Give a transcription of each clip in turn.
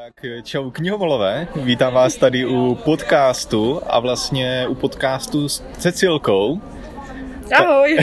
Tak čau knihovolové, vítám vás tady u podcastu a vlastně u podcastu s Cecilkou. Ahoj.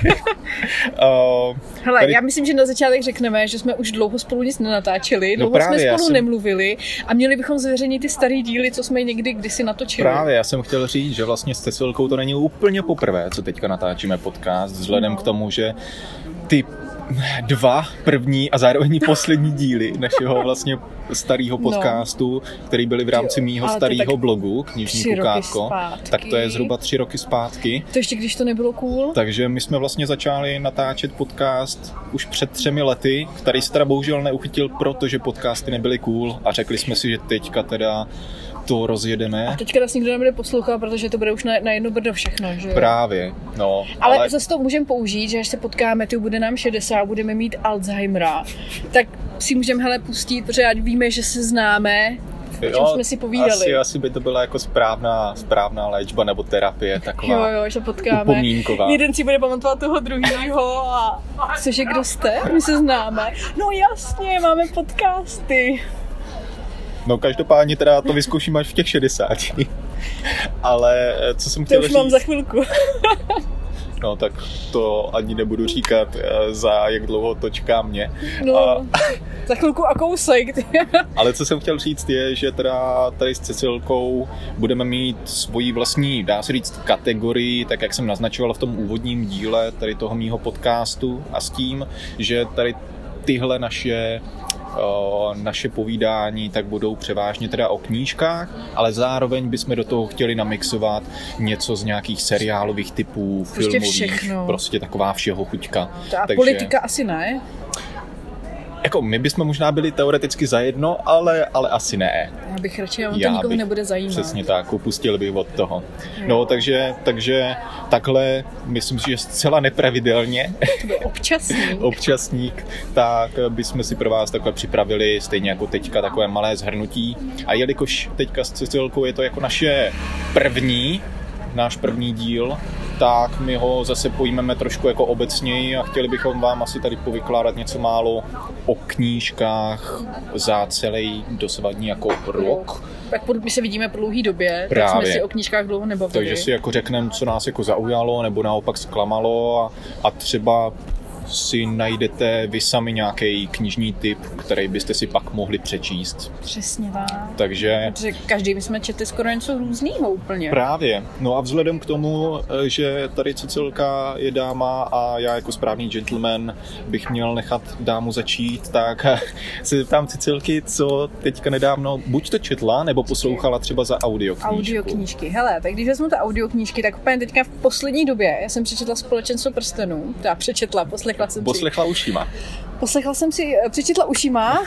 Hele, tady... já myslím, že na začátek řekneme, že jsme už dlouho spolu nic nenatáčeli, dlouho jsme spolu nemluvili a měli bychom zveřejnit ty starý díly, co jsme někdy kdysi natočili. Právě, já jsem chtěl říct, že vlastně s Cecilkou to není úplně poprvé, co teďka natáčíme podcast, vzhledem k tomu, že ty dva první a zároveň poslední díly našeho vlastně starého podcastu, který byly v rámci mýho starého blogu Knižní Kukátko, tak to je zhruba 3 roky zpátky. To ještě když to nebylo cool. Takže my jsme vlastně začali natáčet podcast už před 3 lety, který se teda bohužel neuchytil, protože podcasty nebyly cool a řekli jsme si, že teďka teda to rozjedeme. A teďka nás nikdo nebude poslouchat, protože to bude už na jedno brdo všechno, že? Právě, no. Ale zase to můžeme použít, že až se potkáme, ty bude nám 60, budeme mít Alzheimera, tak si můžeme pustit, protože ať víme, že se známe, o čem jsme si povídali. Asi by to byla jako správná léčba nebo terapie, taková jo, že potkáme. Upomínková. Jeden si bude pamatovat toho druhýho a cože, kdo jste? My se známe. No jasně, máme podcasty. No každopádně teda to vyzkouším až v těch 60. Ale co jsem chtěl říct... To už mám za chvilku. No tak to ani nebudu říkat, za jak dlouho to čeká mě. No, za chvilku a kousek. Ale co jsem chtěl říct je, že teda tady s Cecilkou budeme mít svoji vlastní, dá se říct, kategorii, tak jak jsem naznačoval v tom úvodním díle tady toho mýho podcastu a s tím, že tady tyhle naše povídání tak budou převážně teda o knížkách, ale zároveň bychom do toho chtěli namixovat něco z nějakých seriálových typů, filmových, prostě taková všeho chuťka. A politika asi ne? Jako my bychom možná byli teoreticky zajedno, ale asi ne. Já bych radši, on to nikoho nebude zajímat. Přesně tak, upustil bych od toho. No, takže takhle, myslím si, že zcela nepravidelně to byl občasník, tak bychom si pro vás takhle připravili, stejně jako teďka, takové malé shrnutí. A jelikož teďka s Cecilkou je to jako náš první díl, tak my ho zase pojmeme trošku jako obecněji a chtěli bychom vám asi tady povykládat něco málo o knížkách za celý dosavadní jako rok. Tak my se vidíme po dlouhý době, právě. Tak jsme si o knížkách dlouho nebavili. Takže si jako řekneme, co nás jako zaujalo nebo naopak zklamalo a třeba si najdete vy sami nějaký knižní tip, který byste si pak mohli přečíst. Přesně tak. Takže každý bychom četli skoro něco různýho úplně. Právě. No a vzhledem k tomu, že tady Cecilka je dáma a já jako správný gentleman bych měl nechat dámu začít, tak se zeptám Cecilky, co teďka nedávno buď to četla, nebo poslouchala třeba za audioknížku. Audioknížky. Hele, tak když vezmu ty audioknížky, tak úplně teďka v poslední době já jsem přečetla Společenstvo prstenů. Poslechla ušima. Přečetla ušima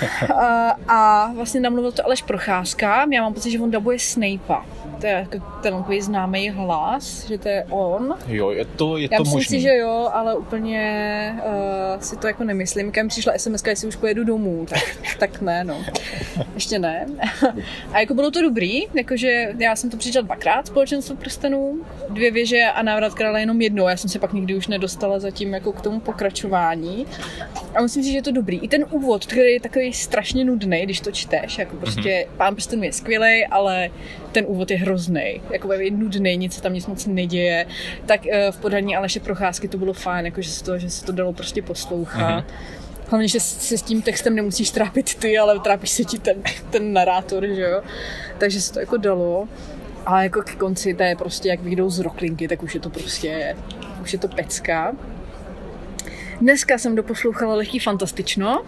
a vlastně namluvil to Aleš Procházka. Já mám pocit, že on dabuje Snape'a. To je ten takový známý hlas, že to je on. Jo, je to možný. Já myslím si, že jo, ale úplně si to jako nemyslím. Když mi přišla SMS-ka, jestli už pojedu domů, tak ne, no. Ještě ne. A jako bylo to dobrý, jakože já jsem to přečetla 2krát, Společenstvo prstenů, 2 věže a Návrat krále jenom jednou. Já jsem se pak nikdy už nedostala zatím jako k tomu pokračování. A myslím si, že je to dobrý. I ten úvod, který je takový strašně nudný, když to čteš, jako prostě Pán prstenů je skvělej, ale ten úvod je hroznej, jako je nudný, nic se tam nic moc neděje. Tak v podání Aleše Procházky to bylo fajn, jako že se to dalo prostě poslouchat. Hlavně, že se s tím textem nemusíš trápit ty, ale trápíš se ti ten narátor, že jo. Takže se to jako dalo. Ale jako k konci, to je prostě, jak vyjdou z roklinky, tak už je to pecka. Dneska jsem doposlouchala Lehký fantastično.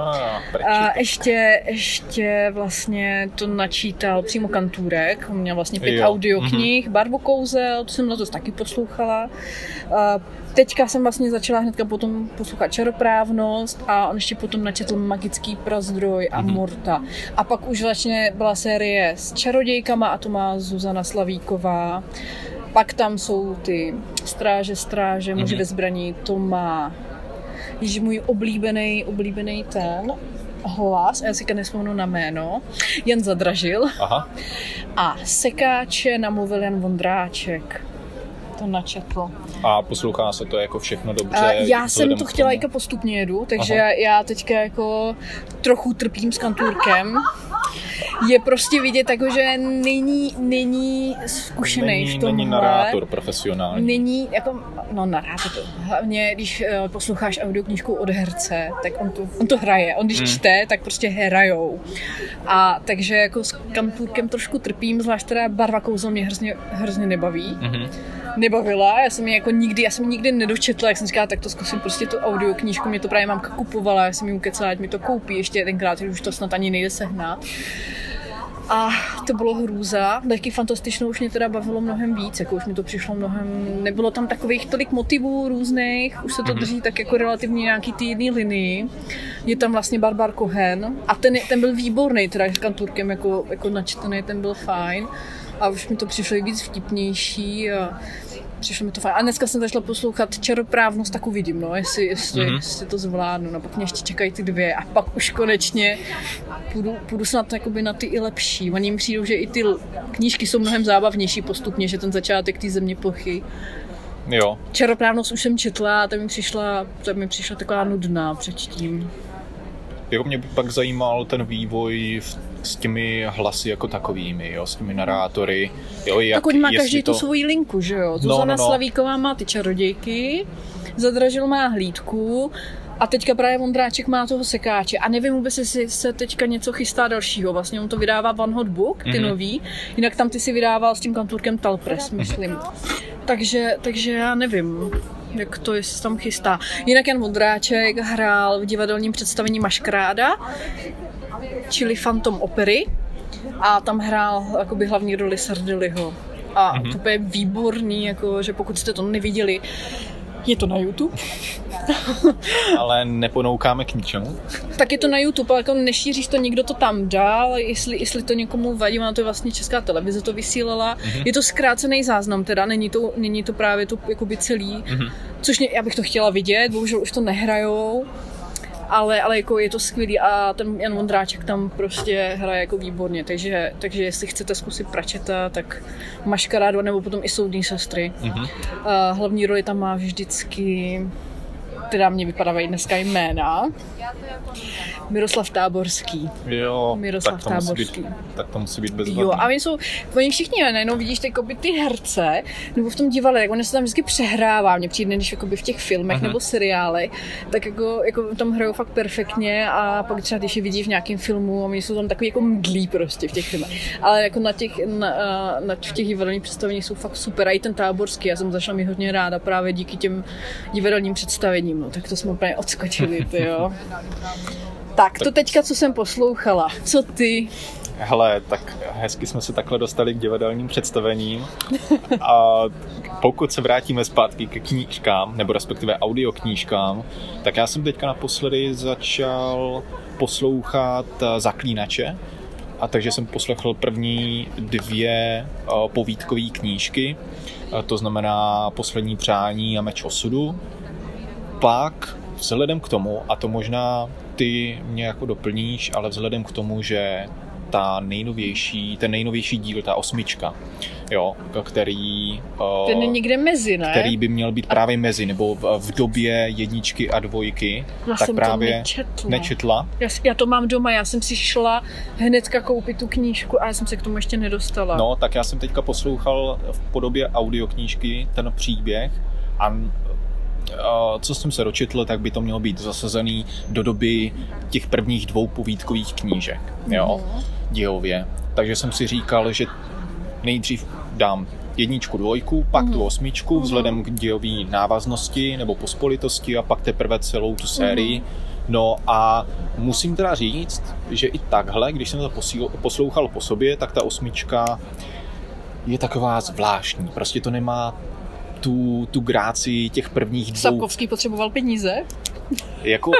A ještě vlastně to načítal přímo Kantůrek. On měl vlastně 5 audioknih, Barvu kouzel, to jsem letos taky poslouchala. Teďka jsem vlastně začala hnedka potom poslouchat Čaroprávnost a on ještě potom načetl Magický prazdroj a Morta. A pak už vlastně byla série s čarodějkama a to má Zuzana Slavíková. Pak tam jsou ty Stráže, Muži ve zbraní, to má můj oblíbený ten hlas, já si nespomenu na jméno, Jan Zadražil. Aha. A Sekáče namluvil Jan Vondráček. To načetl. A poslouchá se to jako všechno dobře? Já jsem to chtěla postupně jedu, takže já teďka jako trochu trpím s Kantůrkem. je prostě vidět jako, že není zkušený v tomhle. Není narátor profesionální. Není, jako, no narátor. Hlavně, když posloucháš audioknížku od herce, tak on to hraje. On když čte, tak prostě hrajou. A takže jako s Kantůrkem trošku trpím, zvlášť teda Barva kouzla mě hrozně nebaví. Nebavila, já jsem ji nikdy nedočetla, jak jsem říkala, tak to zkusím prostě tu audioknížku, mě to právě mamka kupovala, já jsem ji ukecala, ať mi to koupí ještě jedenkrát, už to snad ani nejde sehnat. A to bylo hrůza, taky fantastičnou už mě teda bavilo mnohem víc, jako už mi to přišlo nebylo tam takových tolik motivů různých, už se to drží tak jako relativně nějaký ty jedný linii. Je tam vlastně Barbar Cohen a ten byl výborný, teda s Kantůrkem jako načtený, ten byl fajn. A už mi to přišlo i víc vtipnější a přišlo mi to fajn. A dneska jsem začala poslouchat Čaroprávnost, tak uvidím, no, jestli to zvládnu. No, pak mě ještě čekají ty 2 a pak už konečně půjdu snad jakoby na ty i lepší. Oni mi přijdou, že i ty knížky jsou mnohem zábavnější postupně, že ten začátek té Zeměplochy. Jo. Čaroprávnost už jsem četla a ta mi přišla taková nudná přečtím. Jako mě by pak zajímal ten vývoj s těmi hlasy jako takovými, jo, s těmi narátory. Jo, tak oni má každý tu svoji linku, že jo? Zuzana Slavíková má ty čarodějky, Zadražil má Hlídku a teďka právě Vondráček má toho Sekáče. A nevím vůbec, jestli se teďka něco chystá dalšího. Vlastně on to vydává One Hot Book, ty nový. Jinak tam ty si vydával s tím Kantůrkem Talpress, myslím. Takže já nevím, jak to jestli tam chystá. Jinak Jan Vondráček hrál v divadelním představení Maškráda, čili Fantom opery. A tam hrál jakoby hlavní roli Sardelliho. A to je výborný, jako, že pokud jste to neviděli, je to na YouTube. Ale neponoukáme k ničemu. Tak je to na YouTube, ale jako nešíříš to, nikdo to tam dal, jestli to někomu vadí, ona to je vlastně Česká televize to vysílala. Je to zkrácený záznam teda, není to právě to jakoby celý, což já bych to chtěla vidět, bohužel už to nehrajou. Ale jako je to skvělý a ten Jan Vondráček tam prostě hraje jako výborně, takže jestli chcete zkusit Pračeta, tak Maškarádu nebo potom i Soudní sestry. Hlavní roli tam má vždycky, teda mě vypadávají dneska jména, Miroslav Táborský. Jo, Miroslav Táborský. Tak to musí být bezvadný. Jo, a oni všichni najednou vidíš ty herce, nebo v tom divadle, jak oni se tam vždycky přehrává, mně přijde, když jakoby v těch filmech nebo seriálech, tak jako tam hrajou fakt perfektně a pak třeba když je vidíš v nějakém filmu a oni jsou tam takový jako mdlí prostě v těch filmech. Ale jako v těch divadelních představeních jsou fakt super. A i ten Táborský, já jsem začala mít hodně ráda právě díky těm divadelním představením, no, tak to jsme úplně odskočili, ty jo. Tak to teďka, co jsem poslouchala. Co ty? Hele, tak hezky jsme se takhle dostali k divadelním představením a pokud se vrátíme zpátky ke knížkám, nebo respektive audioknížkám, tak já jsem teďka naposledy začal poslouchat Zaklínače, a takže jsem poslechl první 2 povídkové knížky, to znamená Poslední přání a Meč osudu. Pak vzhledem k tomu, a to možná ty mě jako doplníš, ale vzhledem k tomu, že ten nejnovější díl, ta 8, jo, který... Ten je někde mezi, ne? Který by měl být právě mezi, nebo v době 1 a 2, já tak jsem právě to nečetla. Já to mám doma, já jsem si šla hnedka koupit tu knížku a já jsem se k tomu ještě nedostala. No, tak já jsem teďka poslouchal v podobě audioknížky ten příběh a co jsem se dočetl, tak by to mělo být zasazený do doby těch prvních 2 povídkových knížek, jo, dějově. Takže jsem si říkal, že nejdřív dám 1, 2, pak tu 8, vzhledem k dějové návaznosti nebo pospolitosti a pak teprve celou tu sérii. No a musím teda říct, že i takhle, když jsem to poslouchal po sobě, tak ta 8 je taková zvláštní. Prostě to nemá tu gráci těch prvních 2. Sapkovský potřeboval peníze? Jako...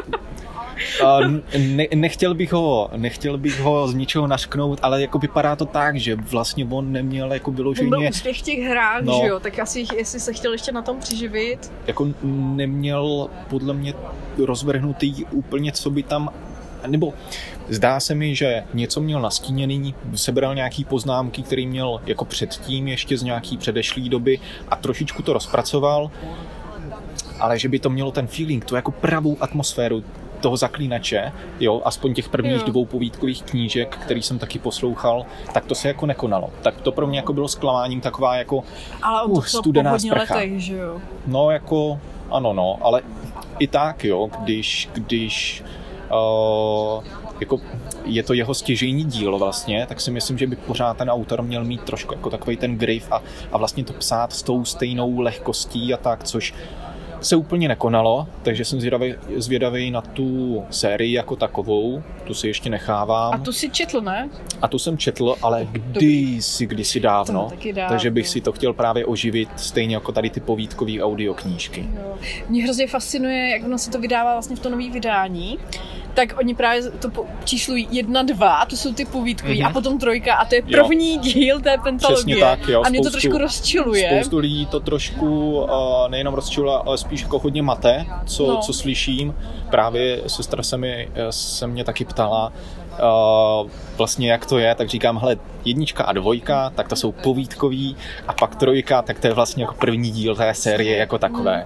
nechtěl bych ho z ničeho nařknout, ale jako vypadá to tak, že vlastně on neměl jako vyloženě... On byl úspěch v těch hrách, že jo? Tak asi, jestli se chtěl ještě na tom přiživit. Jako neměl podle mě rozvrhnutý úplně, co by tam... Nebo zdá se mi, že něco měl nastíněný, sebral nějaký poznámky, který měl jako předtím ještě z nějaký předešlý doby a trošičku to rozpracoval, ale že by to mělo ten feeling, tu jako pravou atmosféru toho Zaklínače, jo, aspoň těch prvních 2 povídkových knížek, který jsem taky poslouchal, tak to se jako nekonalo. Tak to pro mě jako bylo zklamáním taková jako studená sprcha. Letech, že jo? No jako, ano no, ale i tak, jo, když jako je to jeho stěžejní dílo vlastně, tak si myslím, že by pořád ten autor měl mít trošku jako takovej ten grif a vlastně to psát s tou stejnou lehkostí a tak, což se úplně nekonalo, takže jsem zvědavý na tu sérii jako takovou, tu si ještě nechávám. A tu si četl, ne? A tu jsem četl, ale kdysi dávno, takže bych si to chtěl právě oživit, stejně jako tady ty povídkové audioknížky. Jo. Mě hrozně fascinuje, jak ono se to vydává vlastně v to nový vydání, tak oni právě to číslují 1, 2, to jsou ty povídkový, a potom 3 a to je první díl té pentalogie. Přesně tak, jo. A mě to trošku rozčiluje. Spoustu lidí to trošku nejenom rozčiluje, ale spíš jako hodně mate, co slyším. Právě sestra se mě taky ptala, vlastně jak to je, tak říkám, hele, 1 a 2, tak to jsou povídkový, a pak 3, tak to je vlastně jako první díl té série jako takové.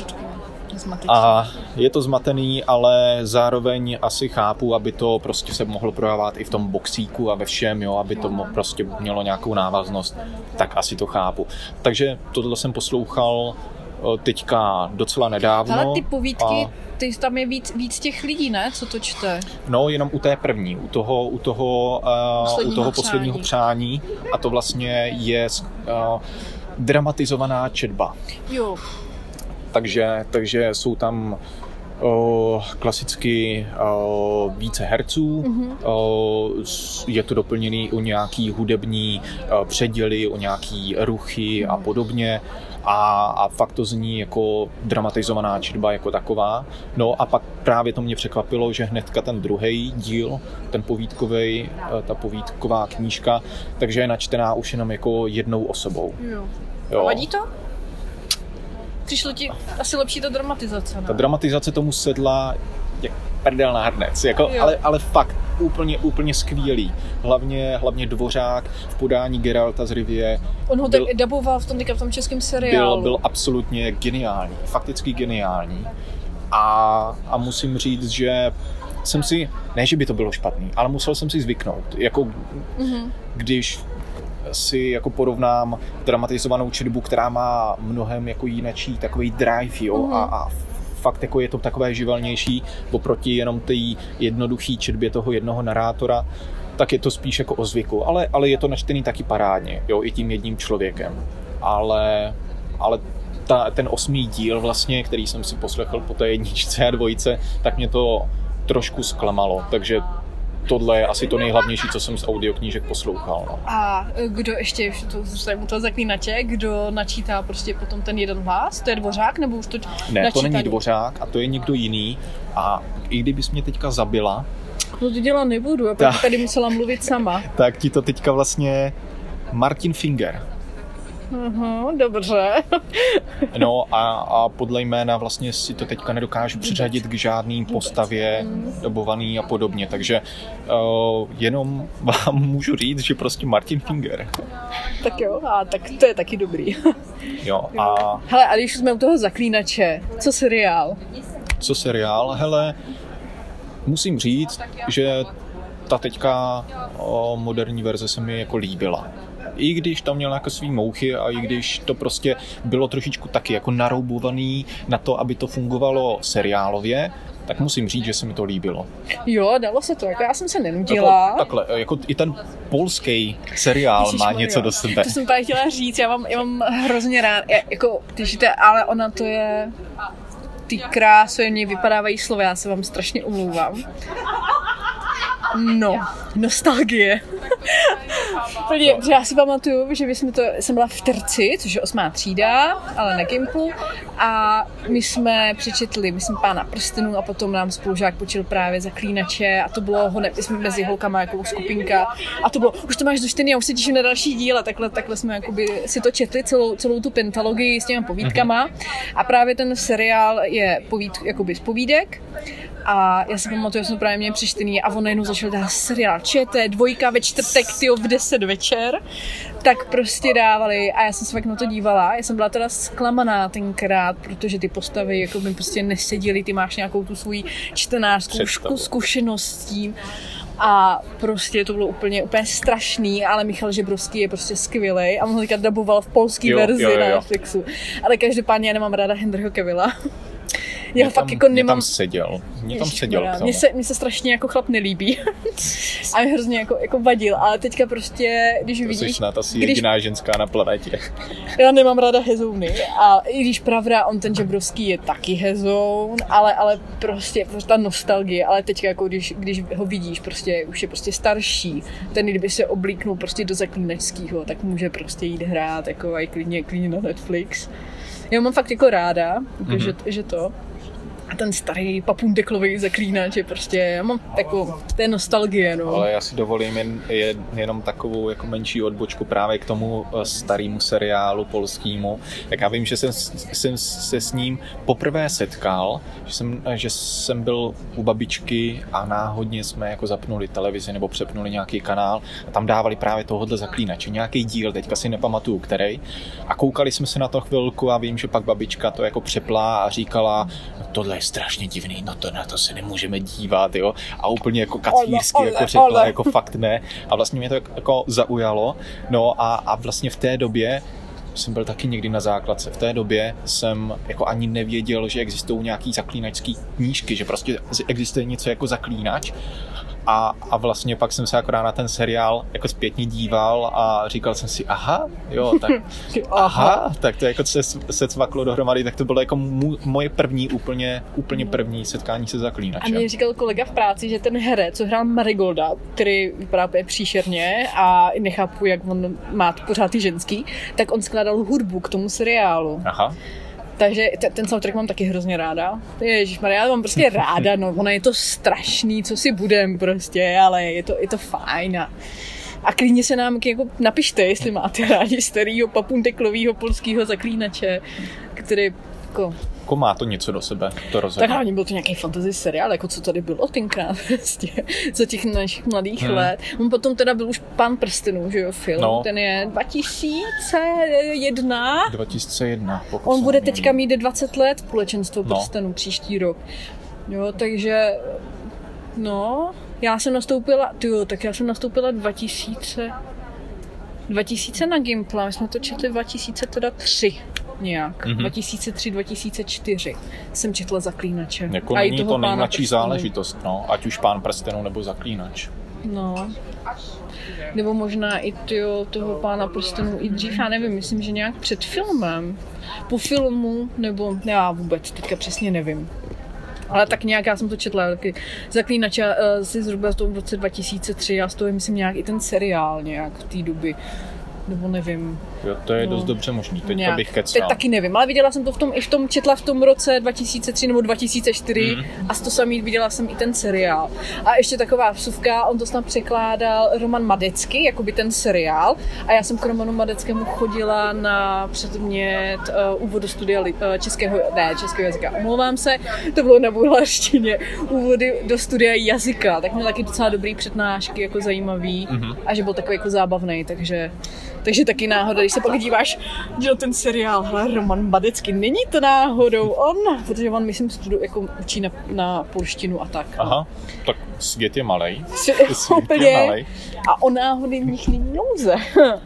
A je to zmatený, ale zároveň asi chápu, aby to prostě se mohlo prodávat i v tom boxíku a ve všem, jo, aby to prostě mělo nějakou návaznost, tak asi to chápu. Takže tohle jsem poslouchal teďka docela nedávno. Ale ty povídky, tam je víc těch lidí, ne? Co to čte? No, jenom u té první, u toho posledního přání, a to vlastně je dramatizovaná četba. Jo. Takže jsou tam klasicky více herců, je to doplněný o nějaký hudební předěly, o nějaký ruchy a podobně. A fakt to zní jako dramatizovaná četba jako taková. No a pak právě to mě překvapilo, že hnedka ten druhý díl, ten povídkovej, ta povídková knížka, takže je načtená už jenom jako jednou osobou. Jo. Vadí to? Přišlo ti asi lepší ta dramatizace, ne? Ta dramatizace tomu sedla jak prdel na hrnec, jako, ale fakt úplně skvělý. Hlavně Dvořák v podání Geralta z Rivie. On ho tak daboval v tom českém seriálu. Byl absolutně geniální, fakticky geniální. A musím říct, že jsem si, ne že by to bylo špatný, ale musel jsem si zvyknout. Jako když si jako porovnám dramatizovanou četbu, která má mnohem jako jinačí takový drive, jo, a fakt jako je to takové živelnější oproti jenom té jednoduché četbě toho jednoho narátora, tak je to spíš jako o zvyku, ale je to načtený taky parádně, jo, i tím jedním člověkem. Ale ten 8. díl vlastně, který jsem si poslechl po té 1 a 2, tak mě to trošku zklamalo, takže tohle je asi to nejhlavnější, co jsem z audioknížek poslouchal. No. A kdo ještě, u toho Zaklínače, kdo načítá prostě potom ten jeden hlas? To je Dvořák, nebo už to Ne, načítá? To není Dvořák a to je někdo jiný. A i kdybys mě teďka zabila... No to dělat nebudu, a pak tady musela mluvit sama. Tak ti to teďka vlastně Martin Finger. Dobře. No a podle jména vlastně si to teďka nedokážu přiřadit k žádným postavě dobovaný a podobně, takže jenom vám můžu říct, že prostě Martin Finger. Tak jo, a tak to je taky dobrý. Jo, a... Hele, a když jsme u toho Zaklínače, co seriál? Hele, musím říct, že ta teďka moderní verze se mi jako líbila. I když tam měl jako svý mouchy a i když to prostě bylo trošičku taky jako naroubovaný na to, aby to fungovalo seriálově, tak musím říct, že se mi to líbilo. Jo, dalo se to, jako já jsem se nenudila. Takhle, jako i ten polský seriál má něco do sebe. To jsem tady chtěla říct, já mám hrozně rád, jako, ale ona to je, ty krásně vypadávají slova, já se vám strašně omlouvám. No, nostalgie. Protože já si pamatuju, že jsem byla v terci, což je 8. třída, ale na Gimplu, a my jsme přečetli, Pána prstenů, a potom nám spolužák počil právě Zaklínače a to bylo jsme mezi holkama jako skupinka a to bylo, už to máš dočtený a už se těším na další díle, takhle jsme jakoby si to četli, celou tu pentalogii s těmi povídkama a právě ten seriál je jakoby z povídek. A já si pamatuju, že jsme právě měli přečtený a on najednou začal dát seriál ČT2 ve čtvrtek, v 10 večer. Tak prostě dávali a já jsem se fakt na to dívala. Já jsem byla teda zklamaná tenkrát, protože ty postavy jako by prostě neseděly, ty máš nějakou tu svůj čtenářskou zkušenost s tím. A prostě to bylo úplně strašný, ale Michal Žebrovský je prostě skvělej a on teďka daboval v polský verzi na Netflixu. Ale každopádně já nemám ráda Henryho Cavilla. Já fakt jako nemám... Mě tam seděl. Mně se strašně jako chlap nelíbí. A mě hrozně jako vadil, ale teďka prostě, když to vidíš... Jsi snad asi jediná ženská na planetě. Já nemám ráda hezouny. A i když pravda, on ten Žebrovský je taky hezoun, ale prostě ta nostalgie, ale teďka jako když ho vidíš, prostě už je prostě starší, ten kdyby se oblíknul prostě do Zaklínačského, tak může prostě jít hrát jako aj klidně na Netflix. Já mám fakt jako ráda, že to. A ten starý papundeklový Zaklínač je prostě, já mám jako, to je nostalgie, no. Ale já si dovolím jenom takovou jako menší odbočku právě k tomu starému seriálu polskému. Tak já vím, že jsem se s ním poprvé setkal, že jsem byl u babičky a náhodně jsme jako zapnuli televizi nebo přepnuli nějaký kanál a tam dávali právě tohohle Zaklínače, nějaký díl, teďka si nepamatuju který. A koukali jsme se na to chvilku a vím, že pak babička to jako přepla a říkala, tohle je strašně divný, no to na to se nemůžeme dívat, jo. A úplně jako kacírsky jako řekla, jako fakt ne. A vlastně mě to jako zaujalo. No a vlastně v té době jsem byl taky někdy na základce. V té době jsem jako ani nevěděl, že existují nějaký zaklínačský knížky, že prostě existuje něco jako Zaklínač. A vlastně pak jsem se akorát na ten seriál jako zpětně díval a říkal jsem si, tak to jako se cvaklo dohromady, tak to bylo jako moje první, úplně první setkání se Zaklínačem. A mě říkal kolega v práci, že ten herec, co hrál Marigolda, který vypadá příšerně a nechápu, jak on má pořád ty ženský, tak on skládal hudbu k tomu seriálu. Aha. Takže ten soundtrack mám taky hrozně ráda. Ježišmarja, já mám prostě ráda, no, ono je to strašný, co si budem prostě, ale je to fajn. A klidně se nám jako napište, jestli máte rádi starýho papundeklovýho polského Zaklínače, který jako má to něco do sebe, to rozhodně. Tak hlavně byl to nějaký fantasy seriál, jako co tady bylo tenkrát prostě, za těch našich mladých let. On potom teda byl už Pán prstenů, že jo, film, no. Ten je 2001. 2001, on bude teďka mít 20 let Společenstvo prstenů příští rok. Jo, takže, no, já jsem nastoupila 2000 na Gimpla, my jsme to četli 2003. Nějak. 2003-2004 jsem četla Zaklínače. Jako není to nejmladší záležitost, no. Ať už Pán prstenů nebo Zaklínač. No. Nebo možná i toho Pána prstenů i dřív, já nevím, myslím, že nějak před filmem. Po filmu, nebo já vůbec teďka přesně nevím. Ale tak nějak já jsem to četla, taky Zaklínače si zhruba v roce 2003 a z toho je, myslím, nějak i ten seriál nějak v té doby. Nebo nevím. Jo, to je dost dobře možný, teďka bych kecal. Teď taky nevím, ale viděla jsem to četla v tom roce 2003 nebo 2004 a to samý viděla jsem i ten seriál. A ještě taková vsuvka, on to snad překládal Roman Madecký, jakoby ten seriál, a já jsem k Romanu Madeckému chodila na předmět úvod do studia českého jazyka, omlouvám se, to bylo na bulharštině, úvody do studia jazyka, tak měl taky docela dobrý přednášky, jako zajímavý a že byl takový jako zábavný, takže taky náhoda, když se pak díváš na ten seriál, hele, Roman Madecký, není to náhodou on, protože on, myslím, jako učí na polštinu a tak. Aha, tak svět je malej. Úplně. A o náhody v nich není nouze.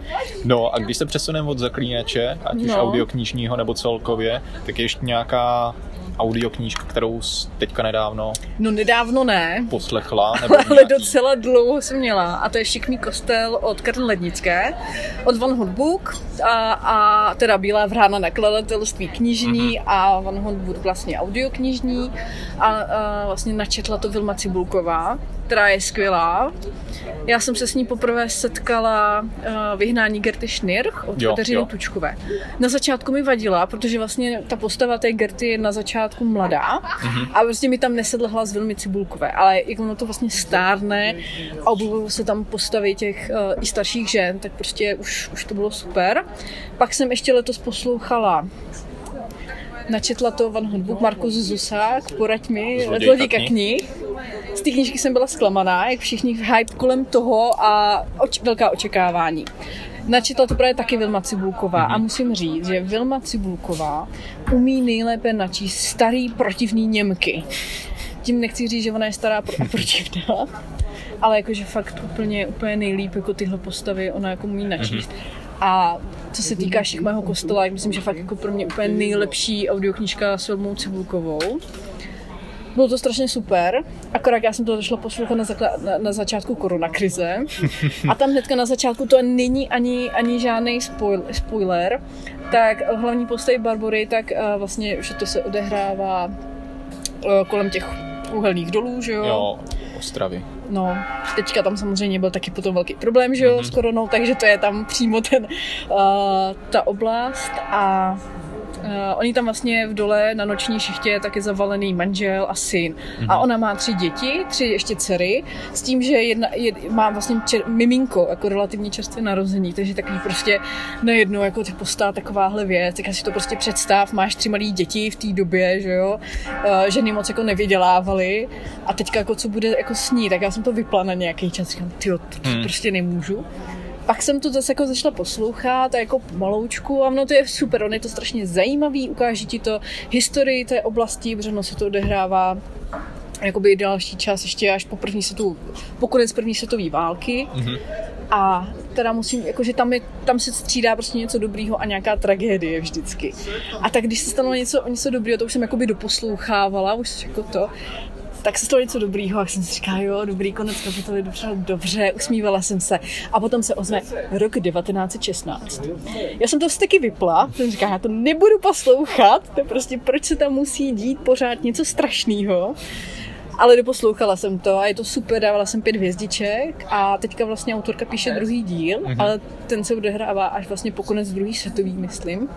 No a když se přesuneme od Zaklínače, ať už audioknižního nebo celkově, tak je ještě nějaká audioknížka, kterou teďka nedávno ne. poslechla. Ale docela dlouho jsem měla. A to je Šikmý kostel od Karin Lednické, od Van Hotbook a teda Bílá vrána nakladatelství knižní a Van Hotbook vlastně audioknižní a vlastně načetla to Vilma Cibulková, která je skvělá. Já jsem se s ní poprvé setkala Vyhnání Gerty Schnirch od Kateřiny Tučkové. Na začátku mi vadila, protože vlastně ta postava té Gerty je na začátku mladá a prostě mi tam nesedl hlas Vilmy Cibulkové, ale jak ono to vlastně stárne a objevují se tam postavy těch i starších žen, tak prostě už to bylo super. Pak jsem ještě letos poslouchala načetla to Van Handbuch Markus Zusák, poraď mi, Zlodějka knih. Z té knížky jsem byla zklamaná, jak všichni hype kolem toho a velká očekávání. Načetla to právě taky Vilma Cibulková a musím říct, že Vilma Cibulková umí nejlépe načíst starý protivný Němky. Tím nechci říct, že ona je stará a protivná, ale jakože fakt úplně nejlíp jako tyhle postavy ona jako umí načíst. A co se týká Šikmého kostela, myslím, že fakt jako pro mě úplně nejlepší audioknížka s Vilmou Cibulkovou. Bylo to strašně super, akorát já jsem to zašla poslouchat na začátku koronakrize a tam hnedka na začátku to není ani žádný spoiler, tak hlavní postavy Barbory, tak vlastně, že to se odehrává kolem těch uhelných dolů, že jo? Jo, Ostravy. No, teďka tam samozřejmě byl taky potom velký problém, že jo, s koronou, takže to je tam přímo ta oblast a oni tam vlastně v dole na noční šichtě tak je zavalený manžel a syn. A ona má 3 děti, 3 ještě dcery, s tím, že má vlastně miminko, jako relativně čerstvě narozený, takže takový prostě najednou jako ty postá takováhle věc, tak si to prostě představ, máš 3 malý děti v té době, že jo, ženy moc jako nevydělávaly a teďka jako co bude jako s ní, tak já jsem to vypla na nějaký čas, říkám, tyjo, to prostě nemůžu. Pak jsem to zase jako začala poslouchat a jako pomaloučku a no to je super, on je to strašně zajímavý, ukáže ti to historii té oblasti, protože se to odehrává jakoby další čas ještě až po konec první světové války. A teda musím, jakože tam se střídá prostě něco dobrýho a nějaká tragédie vždycky. A tak když se stalo něco dobrýho, to už jsem jakoby doposlouchávala, už jako to, tak se stalo něco dobrýho a jsem si říkala, jo, dobrý konec kapitoly, dobře, usmívala jsem se. A potom se ozve rok 1916. Já jsem to taky vypla, jsem říkala, já to nebudu poslouchat, to prostě proč se tam musí dít pořád něco strašného. Ale doposlouchala jsem to a je to super, dávala jsem 5 hvězdiček a teďka vlastně autorka píše druhý díl, ale ten se odehrává až vlastně po konec druhý světový, myslím.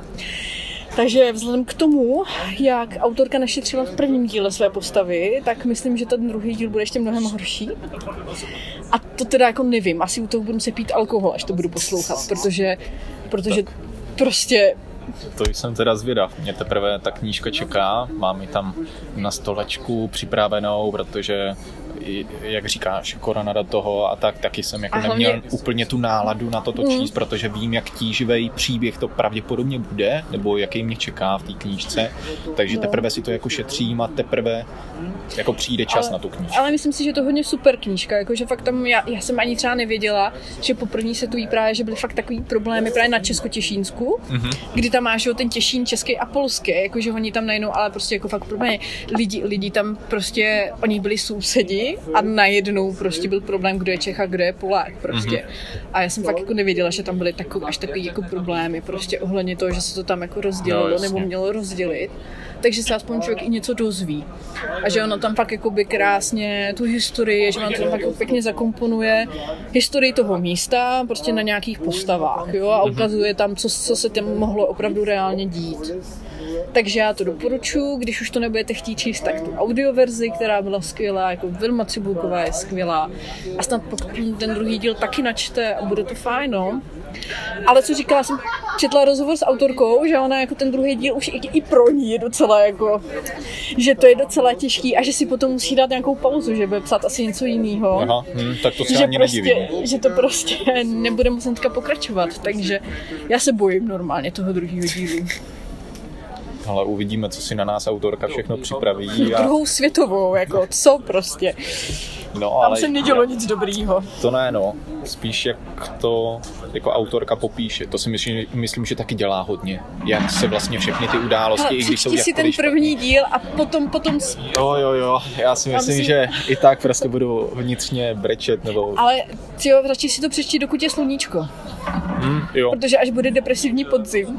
Takže vzhledem k tomu, jak autorka našetřila v prvním díle své postavy, tak myslím, že ten druhý díl bude ještě mnohem horší. A to teda jako nevím, asi u toho budu se pít alkohol, až to budu poslouchat, protože prostě... To jsem teda zvědav. Mě teprve ta knížka čeká, mám ji tam na stolečku připravenou, protože jak říkáš, korona do toho a taky jsem jako neměl úplně tu náladu na to číst, protože vím, jak tíživý příběh to pravděpodobně bude, nebo jaký mě čeká v té knížce, takže teprve si to jako šetřím a teprve jako přijde čas na tu knížku. Ale myslím si, že to je hodně super knížka, jakože fakt tam já jsem ani třeba nevěděla, že po první světový právě, že byly fakt takový problémy právě na Česko-Těšínsku, kdy tam máš ten Těšín český a polský, jakože oni tam najednou, ale prostě jako fakt problémy. Lidi tam prostě, oni byli sousedi a najednou prostě byl problém, kdo je Čech a kdo je Polák prostě. A já jsem fakt jako nevěděla, že tam byly až takový jako problémy prostě ohledně toho, že se to tam jako rozdělilo nebo mělo rozdělit. Takže se aspoň člověk i něco dozví. A že ono tam fakt jakoby krásně tu historii, že on tam fakt pěkně zakomponuje historii toho místa prostě na nějakých postavách, jo, a ukazuje tam, co se tam mohlo opravdu reálně dít. Takže já to doporučuji, když už to nebudete chtít číst, tak tu audioverzi, která byla skvělá, jako Vilma Cibulková je skvělá. A snad ten druhý díl taky načte a bude to fajn, no. Ale co říkala, jsem četla rozhovor s autorkou, že ona jako ten druhý díl už i pro ní je docela jako, že to je docela těžký a že si potom musí dát nějakou pauzu, že bude psát asi něco jiného. Aha, tak to se ani nedivím. Že to prostě nebude muset pokračovat, takže já se bojím normálně toho druhého dílu. Ale uvidíme, co si na nás autorka všechno připraví. Druhou světovou, jako co prostě. No, ale tam se nedělo nic dobrýho. To ne, no. Spíš jak to jako autorka popíše. To si myslím, že taky dělá hodně. Jak se vlastně všechny ty události, i když jsou si ten první díl a potom... Jo. Já si myslím, že i tak prostě budu vnitřně brečet, nebo... Ale jo, radši si to přečti, dokud je sluníčko. Jo. Protože až bude depresivní podzim.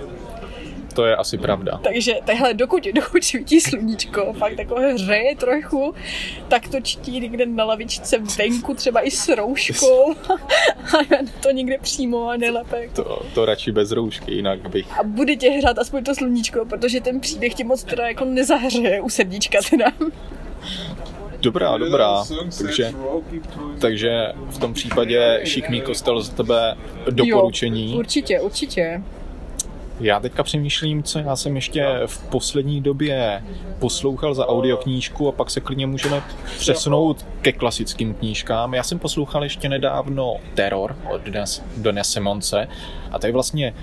To je asi pravda. Takže tahle, dokud svítí sluníčko, fakt takové hřeje trochu, tak to čtí někde na lavičce venku, třeba i s rouškou. A to někde přímo a nejlépe. To radši bez roušky, jinak bych... A bude tě hrát aspoň to sluníčko, protože ten příběh tě moc teda jako nezahřeje u srdíčka teda. Dobrá. Takže v tom případě Šikmý kostel za tebe doporučení. Jo, určitě. Já teďka přemýšlím, co já jsem ještě v poslední době poslouchal za audioknížku a pak se klidně můžeme přesunout ke klasickým knížkám. Já jsem poslouchal ještě nedávno Terror od Dona Simonse a to je vlastně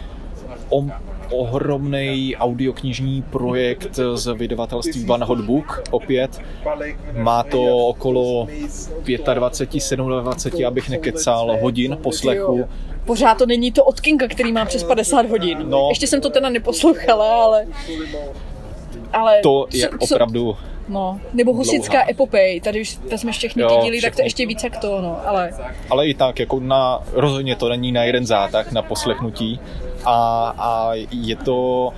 ohromný audioknižní projekt z vydavatelství One Hot Book. Opět má to okolo 25-27, abych nekecal, hodin poslechu. Pořád to není to od Kinga, který má přes 50 hodin. No, ještě jsem to teda neposlouchala, ale to je opravdu... No, nebo Husitská epopej, tady už vezmeš všechny ty díly, tak to ještě víc jak to, no, ale i tak, jako rozhodně to není na jeden zátah, na poslechnutí a je to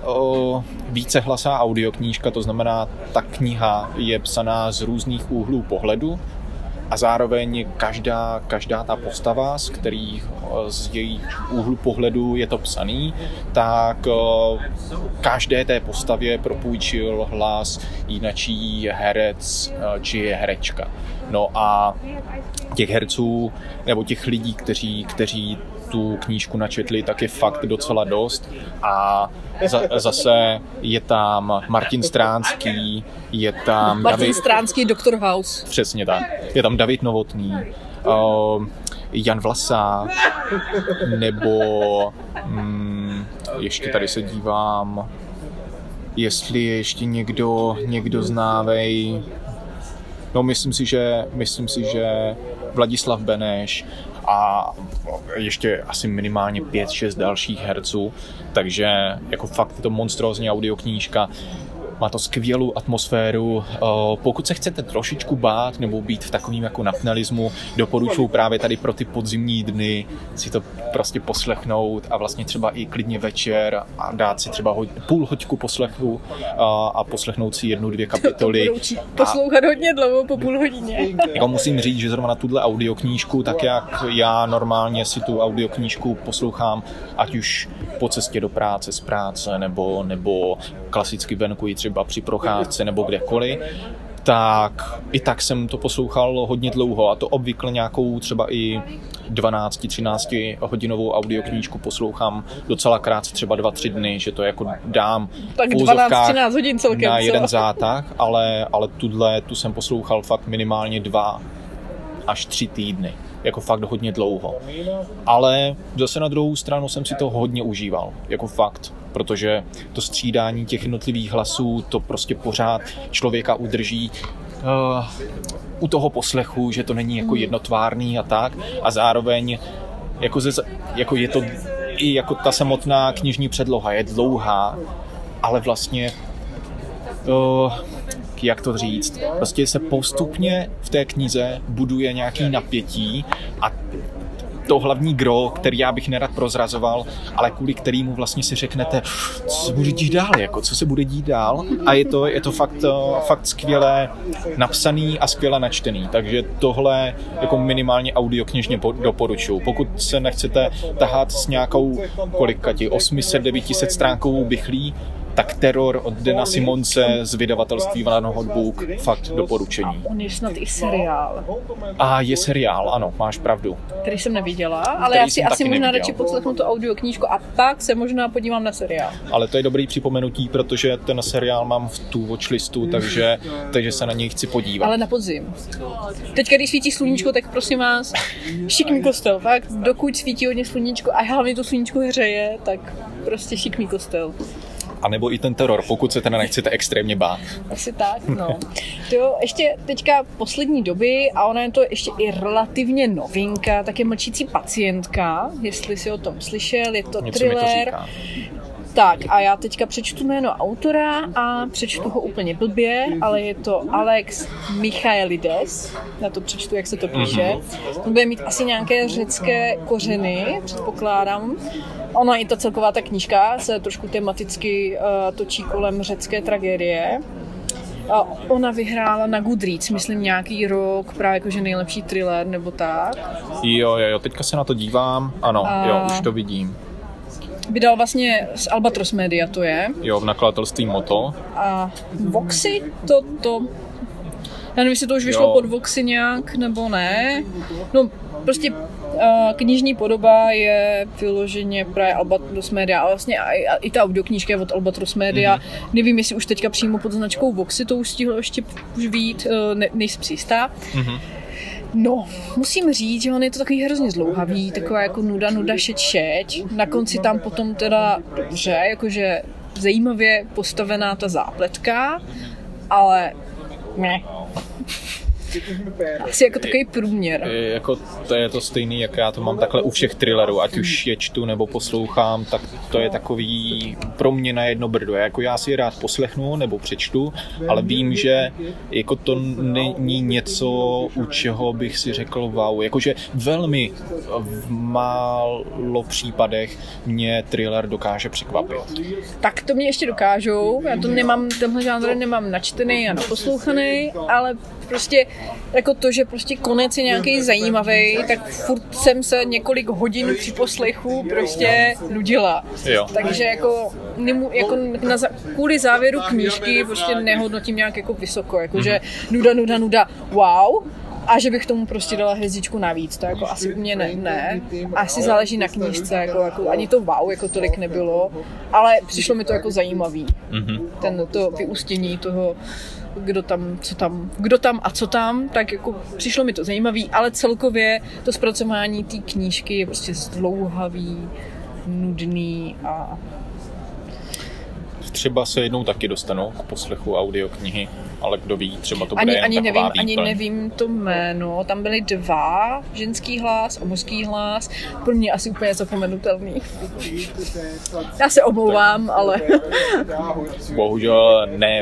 vícehlasá audioknížka, to znamená, ta kniha je psaná z různých úhlů pohledu a zároveň každá ta postava, z jejich úhlu pohledu je to psaný, tak každé té postavě propůjčil hlas jinačí herec či herečka. No a těch herců nebo těch lidí, kteří tu knížku načetli, tak je fakt docela dost a zase je tam Martin Stránský, je tam Martin Stránský, Dr. House. Přesně tak. Je tam David Novotný, Jan Vlasák, nebo ještě tady se dívám, jestli je ještě někdo znávej. No, myslím si, že Vladislav Beneš a ještě asi minimálně 5-6 dalších herců, takže jako fakt je to monstrózní audioknížka. Má to skvělou atmosféru. Pokud se chcete trošičku bát nebo být v takovým jako napnalismu, doporučuji právě tady pro ty podzimní dny si to prostě poslechnout a vlastně třeba i klidně večer a dát si třeba půl hoďku poslechu a poslechnout si 1-2 kapitoly. Poslouchat hodně dlouho po půl hodině. Jako musím říct, že zrovna na tuhle audioknížku, tak jak já normálně si tu audioknížku poslouchám, ať už po cestě do práce, z práce, nebo klasicky venku třeba při procházce nebo kdekoliv, tak i tak jsem to poslouchal hodně dlouho a to obvykle nějakou třeba i 12-13 hodinovou audioknížku poslouchám docela krátce, třeba 2-3 dny, že to jako dám tak 12-13 hodin celkem na jeden zátah, ale tu jsem poslouchal fakt minimálně 2 až 3 týdny. Jako fakt hodně dlouho. Ale zase na druhou stranu jsem si to hodně užíval. Jako fakt. Protože to střídání těch jednotlivých hlasů, to prostě pořád člověka udrží u toho poslechu, že to není jako jednotvárný a tak. A zároveň jako je to i jako ta samotná knižní předloha je dlouhá, ale vlastně jak to říct, prostě se postupně v té knize buduje nějaký napětí a to hlavní gro, který já bych nerad prozrazoval, ale kvůli kterému vlastně si řeknete, co se bude dít dál, jako, co se bude dít dál a je to fakt skvěle napsaný a skvěle načtený, takže tohle jako minimálně audioknižně doporučuji. Pokud se nechcete tahat s nějakou 800-900 stránkovou bychlí, tak Terror od Dana Simonse z vydavatelství One Hot Book, fakt doporučení. On je snad i seriál. A je seriál, ano, máš pravdu. Který jsem neviděla, ale já si asi možná radši poslechnu tu audioknížku a pak se možná podívám na seriál. Ale to je dobrý připomenutí, protože ten seriál mám v tu watchlistu, takže se na něj chci podívat. Ale na podzim. Teď, když svítí sluníčko, tak prosím vás, šikmý kostel, fakt, dokud svítí hodně sluníčko a hlavně to sluníčko hřeje, tak prostě šikmý kostel. A nebo i ten Terror, pokud se teda nechcete extrémně bát. Asi tak, no. To ještě teďka poslední doby, a ona je to ještě i relativně novinka, tak je Mlčící pacientka, jestli si o tom slyšel, je to něco thriller. Tak a já teďka přečtu jméno autora a přečtu ho úplně blbě, ale je to Alex Michaelides, na to přečtu, jak se to píše. On bude mít asi nějaké řecké kořeny, předpokládám. Ona i ta celková ta knížka se trošku tematicky točí kolem řecké tragédie. Ona vyhrála na Goodreads, myslím nějaký rok, právě jakože nejlepší thriller nebo tak. Jo, teďka se na to dívám, ano, jo, už to vidím. Vydal vlastně z Albatros Media, to je. Jo, v nakladatelství Moto. A Voxy, to já nevím, jestli to už vyšlo pod Voxy nějak, nebo ne. No, prostě knižní podoba je vyloženě právě Albatros Media a vlastně i ta audioknížka je od Albatros Media. Nevím, jestli už teďka přímo pod značkou Voxy to už stihlo ještě už vyjít, nejsem si jistá. No, musím říct, že on je to takový hrozně zdlouhavý, taková jako nuda, šeť. Na konci tam potom teda dobře, jakože zajímavě postavená ta zápletka, ale ne. Asi jako takový průměr. To je to stejný, jak já to mám takhle u všech thrillerů, ať už je čtu nebo poslouchám, tak to je takový pro mě na jedno brdo. Jako já si je rád poslechnu nebo přečtu, ale vím, že jako to není něco, u čeho bych si řekl wow. Jakože velmi v málo případech mě thriller dokáže překvapit. Tak to mě ještě dokážou. Já to nemám, tenhle žánr nemám načtený a naposlouchaný, ale prostě jako to, že prostě konec je nějaký zajímavý, tak furt jsem se několik hodin při poslechu prostě nudila. Jo. Takže jako kvůli závěru knížky prostě nehodnotím nějak jako vysoko, jakože nuda, wow. A že bych tomu prostě dala hvězdičku navíc, to jako asi u mě ne. Asi záleží na knížce, jako ani to wow, jako tolik nebylo, ale přišlo mi to jako zajímavý. To vyústění toho, kdo tam a co tam, tak jako přišlo mi to zajímavý, ale celkově to zpracování té knížky je prostě zdlouhavý, nudný a... Třeba se jednou taky dostanu k poslechu audioknihy, ale kdo ví, třeba to bude jen taková výplň. Ani nevím to jméno, tam byly 2, ženský hlas a mužský hlas, pro mě asi úplně zapomenutelný. Já se omlouvám, ale... Bohužel ne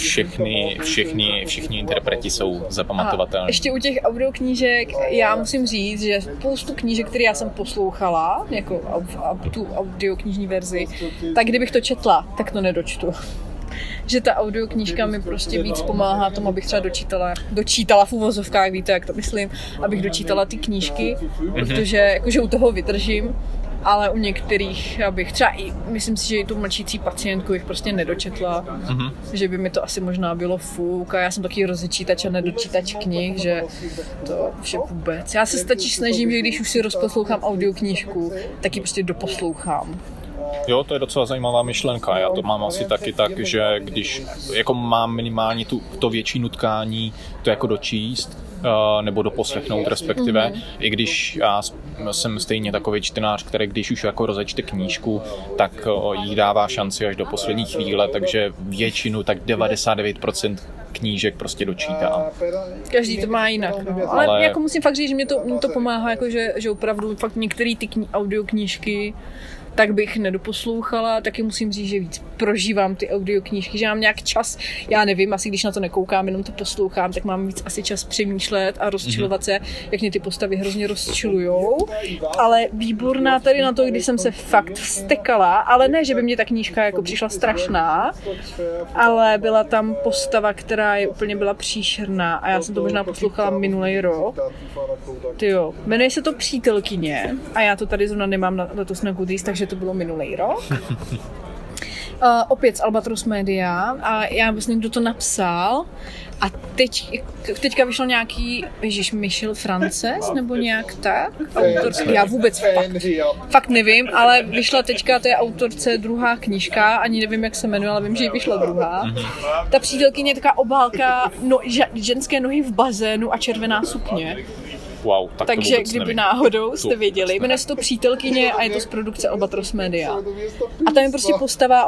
všichni interpreti jsou zapamatovatelní. Ještě u těch audioknížek já musím říct, že spoustu knížek, které já jsem poslouchala, jako tu audioknižní verzi, tak kdybych to četla, tak to nedočtu. Že ta audioknížka mi prostě víc pomáhá tomu, abych třeba dočítala v uvozovkách, víte, jak to myslím, abych dočítala ty knížky, protože jakože u toho vydržím, ale u některých abych třeba i, myslím si, že i tu mlčící pacientku bych prostě nedočetla, že by mi to asi možná bylo fuk a já jsem taky rozečítač a nedočítač knih, že to vše vůbec. Já se stačí snažím, že když už si rozposlouchám audioknížku, tak ji prostě doposlouchám. Jo, to je docela zajímavá myšlenka. Já to mám asi taky tak, že když jako mám minimálně to větší nutkání to jako dočíst, nebo doposlechnout respektive, i když já jsem stejně takový čtenář, který když už jako rozečte knížku, tak jí dává šanci až do poslední chvíle, takže většinu, tak 99% knížek prostě dočítá. Každý to má jinak, no. Ale jako musím fakt říct, že mě to pomáhá, jako že opravdu fakt některé ty audioknížky tak bych nedoposlouchala, taky musím říct, že víc prožívám ty audioknížky, že mám nějak čas, já nevím, asi když na to nekoukám, jenom to poslouchám, tak mám víc asi čas přemýšlet a rozčilovat se, jak mě ty postavy hrozně rozčilujou, ale výborná tady na to, když jsem se fakt vztekala, ale ne, že by mě ta knížka jako přišla strašná, ale byla tam postava, která je úplně byla příšerná a já jsem to možná poslouchala minulý rok. Tyjo, jmenuje se to Přítelkyně a já to tady zrovna nemám letos na Goodreads, takže to bylo minulý rok. Opět z Albatros Media a já myslím, kdo to napsal a teďka vyšlo nějaký Michel Frances nebo nějak tak. Já vůbec fakt nevím, ale vyšla teďka té autorce druhá knížka, ani nevím, jak se jmenuje, ale vím, že jí vyšla druhá. Ta Přítelkyně je taková obálka ženské nohy v bazénu a červená sukně. Wow, takže kdyby náhodou jste věděli, jmenuje se to Přítelkyně a je to z produkce Albatros Media. A tam je prostě postava,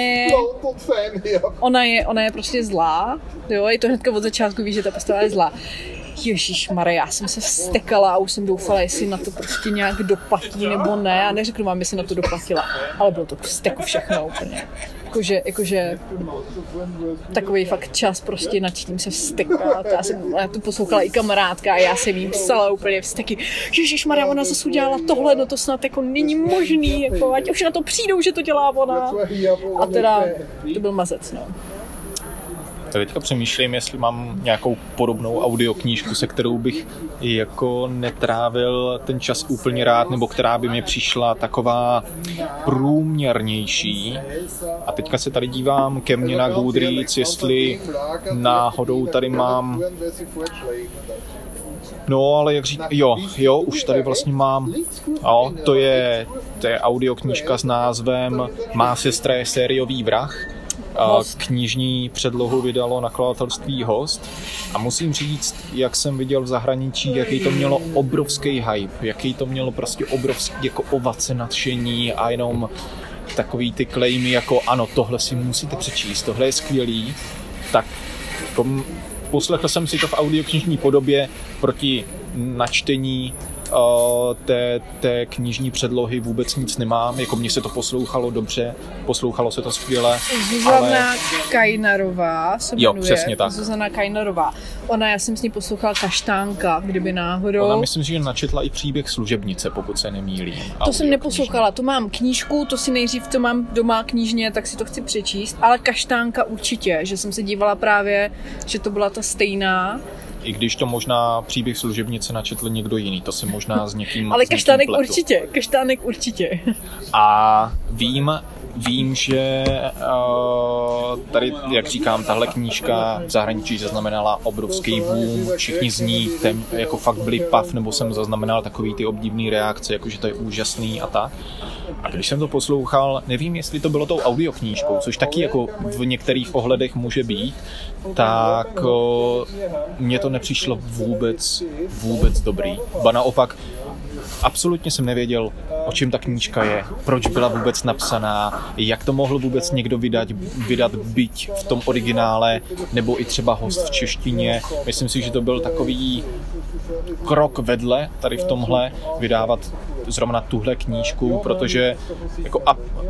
ona je prostě zlá, jo, je to hnedka od začátku, víš, že ta postava je zlá. Ježišmarja, já jsem se vztekala a už jsem doufala, jestli na to prostě nějak doplatí nebo ne. A neřeknu vám, jestli na to doplatila, ale bylo to vzteku všechno úplně. Jakože takový fakt čas prostě nad tím se vztekat. Já to poslouchala i kamarádka a já jsem jí psala úplně vzteky. Ježišmarja, ona zase udělala tohle, no to snad jako není možný, jako, ať už na to přijdou, že to dělá ona. A teda to byl mazec, no. Teďka přemýšlím, jestli mám nějakou podobnou audioknížku, se kterou bych jako netrávil ten čas úplně rád, nebo která by mi přišla taková průměrnější. A teďka se tady dívám ke mně na Goodreads, jestli náhodou tady mám No, ale jak říkám, jo, už tady vlastně mám, to je audioknížka s názvem Má sestra je sériový vrah. Knižní předlohu vydalo nakladatelství Host a musím říct, jak jsem viděl v zahraničí, jaký to mělo obrovský hype, jaký to mělo prostě obrovský jako ovace, nadšení a jenom takový ty claimy jako ano, tohle si musíte přečíst, tohle je skvělý, tak jako, poslechl jsem si to v audioknižní podobě proti načtení té knižní předlohy vůbec nic nemám, jako mně se to poslouchalo dobře, poslouchalo se to skvěle. Zuzana Kajnarová se jmenuje. Jo, přesně tak. Zuzana Kajnarová. Já jsem s ní poslouchala Kaštánka, kdyby náhodou. Ona myslím, že načetla i příběh Služebnice, pokud se nemýlím. To jsem neposlouchala, to mám knížku, to si nejdřív to mám doma knižně, tak si to chci přečíst, ale Kaštánka určitě, že jsem se dívala právě, že to byla ta stejná. I když to možná příběh Služebnice načetl někdo jiný, to si možná s někým ale Kaštánek určitě. A vím, že tady, jak říkám, tahle knížka v zahraničí zaznamenala obrovský boom, všichni z ní jako fakt byli pav, nebo jsem zaznamenal takový ty obdivný reakce, jakože to je úžasný a tak. A když jsem to poslouchal, nevím, jestli to bylo tou audioknížkou, což taky jako v některých ohledech může být, tak mně to nepřišlo vůbec dobrý. Ba naopak, absolutně jsem nevěděl, o čem ta knížka je, proč byla vůbec napsaná, jak to mohl vůbec někdo vydat byť v tom originále, nebo i třeba Host v češtině. Myslím si, že to byl takový krok vedle tady v tomhle vydávat zrovna tuhle knížku, protože jako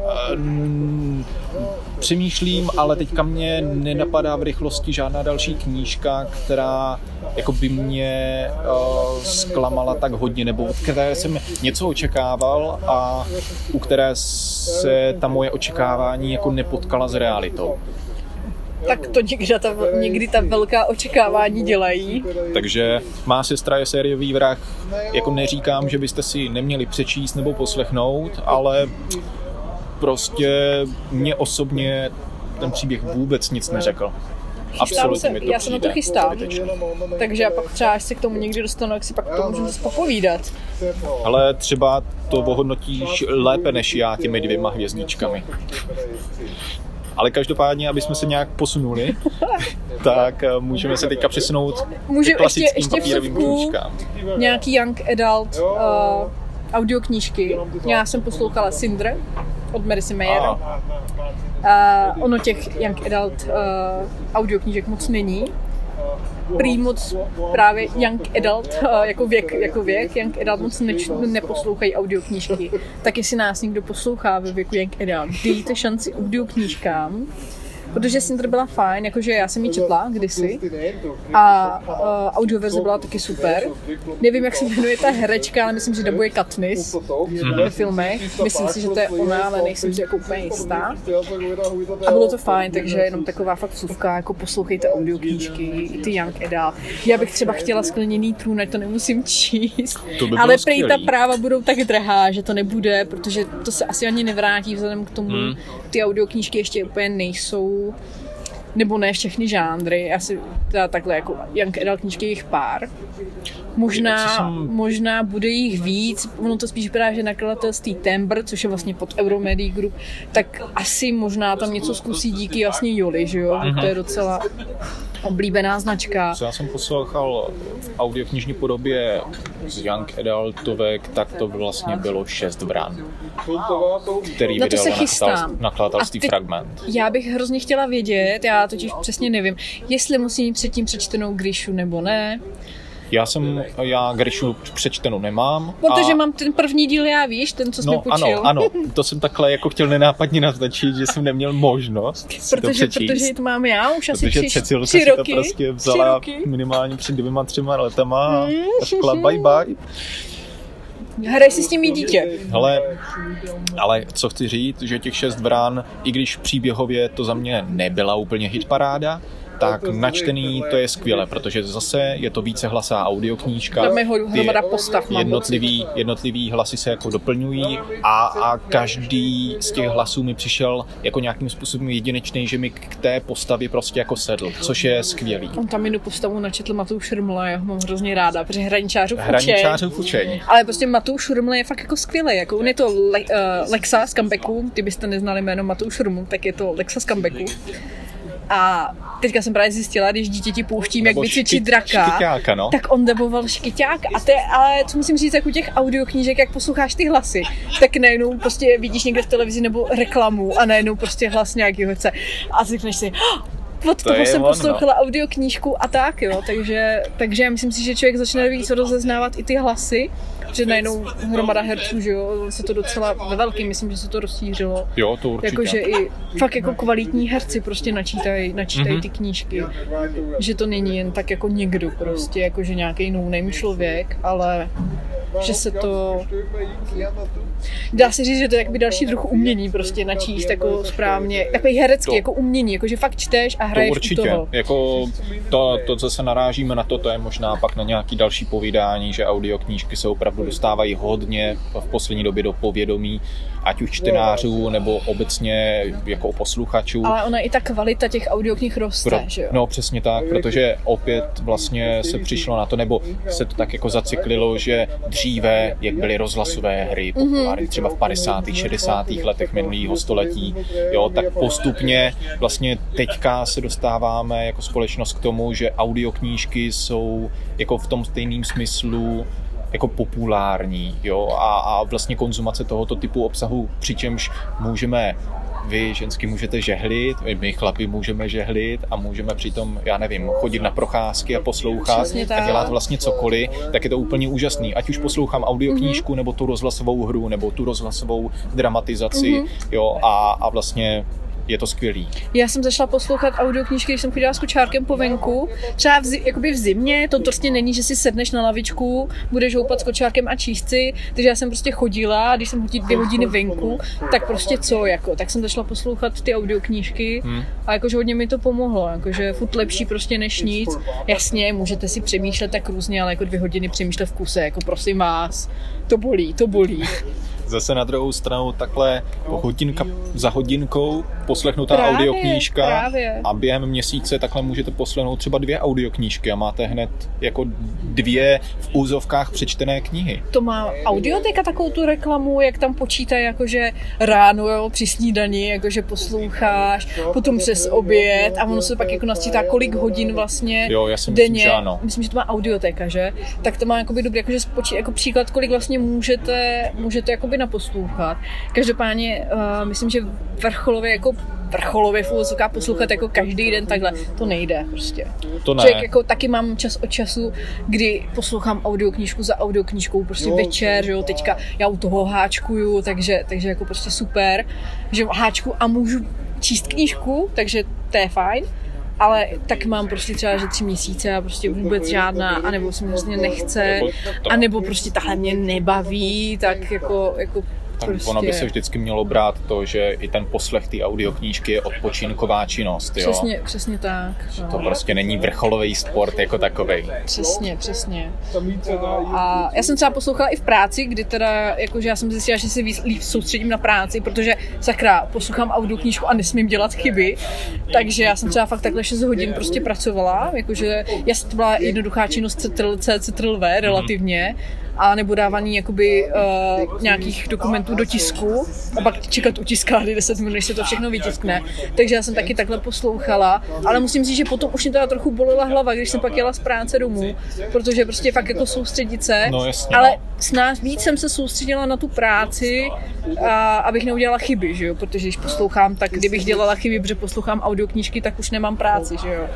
přemýšlím, ale teďka mě nenapadá v rychlosti žádná další knížka, která jako by mě zklamala tak hodně, nebo od které jsem něco očekával a u které se ta moje očekávání jako nepotkala s realitou. Tak to někdy ta velká očekávání dělají. Takže Má sestra je sériový vrah. Jako neříkám, že byste si neměli přečíst nebo poslechnout, ale prostě mě osobně ten příběh vůbec nic neřekl. Absolutně mi to já se na to chystám, takže pak třeba, až se k tomu někdy dostanu, jak si pak to můžeme popovídat. Ale třeba to ohodnotíš lépe než já těmi 2 hvězdičkami. Ale každopádně, aby jsme se nějak posunuli, tak můžeme se teďka přesunout k klasickým papírovým knížkám. Nějaký young adult audioknížky. Já jsem poslouchala Cinder od Marysy Meyer. Ono těch young adult audioknížek moc není. Prý moc právě young adult, jako věk, young adult moc neposlouchají audioknížky. Tak jestli nás někdo poslouchá ve věku young adult, dejte šanci audioknížkám, protože Cinder byla fajn, jakože já jsem ji četla kdysi a audioverze byla taky super. Nevím, jak se jmenuje ta herečka, ale myslím, že dabuje Katniss ve filmech. Myslím si, že to je ona, ale nejsem si jako úplně jistá. A bylo to fajn, takže jenom taková fakt vsuvka, jako poslouchejte audioknížky, ty young adult. Já bych třeba chtěla Skleněný trůn, ať to nemusím číst, ale prej ta práva budou tak drahá, že to nebude, protože to se asi ani nevrátí vzhledem k tomu, ty audioknížky ještě úplně nejsou, nebo ne všechny žánry, asi teda takhle jako young adult knížky jich pár. Možná bude jich víc, ono to spíš vypadá, že nakladatelství Timbre, což je vlastně pod Euromedia Group, tak asi možná tam něco zkusí díky vlastně Joli, že jo, to je docela oblíbená značka. Co já jsem poslouchal v audioknižní podobě z young adultovek, tak to vlastně bylo 6 vran, který vydalo nakladatelství Fragment. Já bych hrozně chtěla vědět, já totiž přesně nevím, jestli musím mít předtím přečtenou Grishu nebo ne. Já Grishu přečtenou nemám. Protože mám ten první díl, já víš, ten, co jsi mi půjčil. Ano, to jsem takhle jako chtěl nenápadně naznačit, že jsem neměl možnost si to přečíst. Protože to mám já už asi 3 roky. Si to prostě vzala minimálně před 2-3 letama a řekla bye bye. Hraj si s tím i dítě. Ale co chci říct, že těch 6 vran, i když příběhově to za mě nebyla úplně hitparáda, tak načtený to je skvěle, protože zase je to vícehlasá audioknížka. Tam je hromada postav. Jednotlivý hlasy se jako doplňují a každý z těch hlasů mi přišel jako nějakým způsobem jedinečný, že mi k té postavě prostě jako sedl, což je skvělý. On tam jednu postavu načetl Matouš Šurmla, já ho mám hrozně ráda, protože Hraničářův učeň. Ale prostě Matouš Šurmla je fakt jako skvělý, jako on je to Lexa z Comebacku, kdybyste neznali jméno Matouš Šurml, tak je to Lexa z Comebacku. A teďka jsem právě zjistila, když dítěti pouštím, jak vycvičit draka, no? tak on daboval Škyťáka. Ale co musím říct, jak u těch audioknížek, jak posloucháš ty hlasy, tak najednou prostě vidíš někde v televizi nebo reklamu a najednou prostě hlas nějakýho herce. A řekneš si, od toho jsem poslouchala audioknížku a tak, jo. Takže já myslím si, že člověk začne víc rozeznávat i ty hlasy, že najednou hromada herců, že jo, se to docela ve velkým, myslím, že se to rozšířilo. Jo, to určitě. Jakože i fakt jako kvalitní herci prostě načítají ty knížky. Že to není jen tak jako někdo prostě, jakože nějaký no-name člověk, ale že se to... Dá se říct, že to je jakoby další druh umění prostě načíst jako správně, takový herecký jako umění, jakože fakt čteš a hraješ u toho. Jako to, co se narážíme na to je možná pak na nějaký další povídání, že audioknížky se opravdu dostávají hodně v poslední době do povědomí, ať už čtenářů nebo obecně jako posluchačů. Ale ona i ta kvalita těch audioknih roste, že jo? No přesně tak, protože opět vlastně se přišlo na to, nebo se to tak jako zacyklilo, že dříve, jak byly rozhlasové hry populární třeba v 50. 60. letech minulého století, jo, tak postupně vlastně teďka se dostáváme jako společnost k tomu, že audioknížky jsou jako v tom stejným smyslu jako populární, jo, a vlastně konzumace tohoto typu obsahu, přičemž vy ženský můžete žehlit, my chlapi můžeme žehlit a můžeme přitom, já nevím, chodit na procházky a poslouchat a dělat vlastně cokoliv, tak je to úplně úžasný. Ať už poslouchám audioknížku, nebo tu rozhlasovou hru, nebo tu rozhlasovou dramatizaci, jo, a vlastně je to skvělý. Já jsem začala poslouchat audioknížky, když jsem chodila s kočárkem po venku. Třeba jakoby v zimě, to prostě není, že si sedneš na lavičku, budeš houpat s kočárkem a číst si. Takže já jsem prostě chodila, když jsem chodila 2 hodiny venku, tak prostě tak jsem začala poslouchat ty audioknížky a jakože hodně mi to pomohlo, jakože furt lepší prostě než nic. Jasně, můžete si přemýšlet tak různě, ale jako 2 hodiny přemýšlet v kuse, jako prosím vás, to bolí. Zase na druhou stranu takhle hodinka za hodinkou poslechnutá audioknížka a během měsíce takhle můžete poslechnout třeba 2 audioknížky a máte hned jako 2 v úzovkách přečtené knihy. To má Audioteka takovou tu reklamu, jak tam počítají jakože ráno, jo, při snídani, jakože posloucháš, potom přes oběd a ono se pak jako nasčítá, kolik hodin vlastně denně. Myslím, že ano. Myslím, že to má Audioteka, že? Tak to má jakoby dobrý, jakože jako příklad, kolik vlastně můžete jakoby naposlouchat. Každopádně myslím, že vrcholově v uvozovkách poslouchat jako každý den takhle, to nejde prostě. To ne. Člověk jako taky mám čas od času, kdy poslouchám audioknížku za audioknížkou prostě večer, že jo, teďka já u toho háčkuju, takže jako prostě super, že háčku a můžu číst knížku, takže to je fajn. Ale tak mám prostě třeba, že 3 měsíce a prostě vůbec žádná, anebo se mi vlastně nechce, anebo prostě tahle mě nebaví, tak jako tak prostě... ono by se vždycky mělo brát to, že i ten poslech té audioknížky je odpočinková činnost, jo? Přesně tak. Že to prostě není vrcholový sport jako takovej. Přesně. A já jsem třeba poslouchala i v práci, kdy teda, jakože já jsem zjistila, že si líp soustředím na práci, protože sakra, poslouchám audioknížku a nesmím dělat chyby, takže já jsem třeba fakt takhle 6 hodin prostě pracovala, jakože to byla jednoduchá činnost CTRL-V relativně, a nebo dávání jakoby nějakých dokumentů do tisku a pak čekat u tiskárny 10 minut, než se to všechno vytiskne. Takže já jsem taky takhle poslouchala, ale musím říct, že potom už mě teda trochu bolela hlava, když jsem pak jela z práce domů, protože prostě fakt jako soustředit se, ale víc jsem se soustředila na tu práci, abych neudělala chyby, že jo, protože když poslouchám, tak kdybych dělala chyby, protože poslouchám audioknížky, tak už nemám práci, že jo.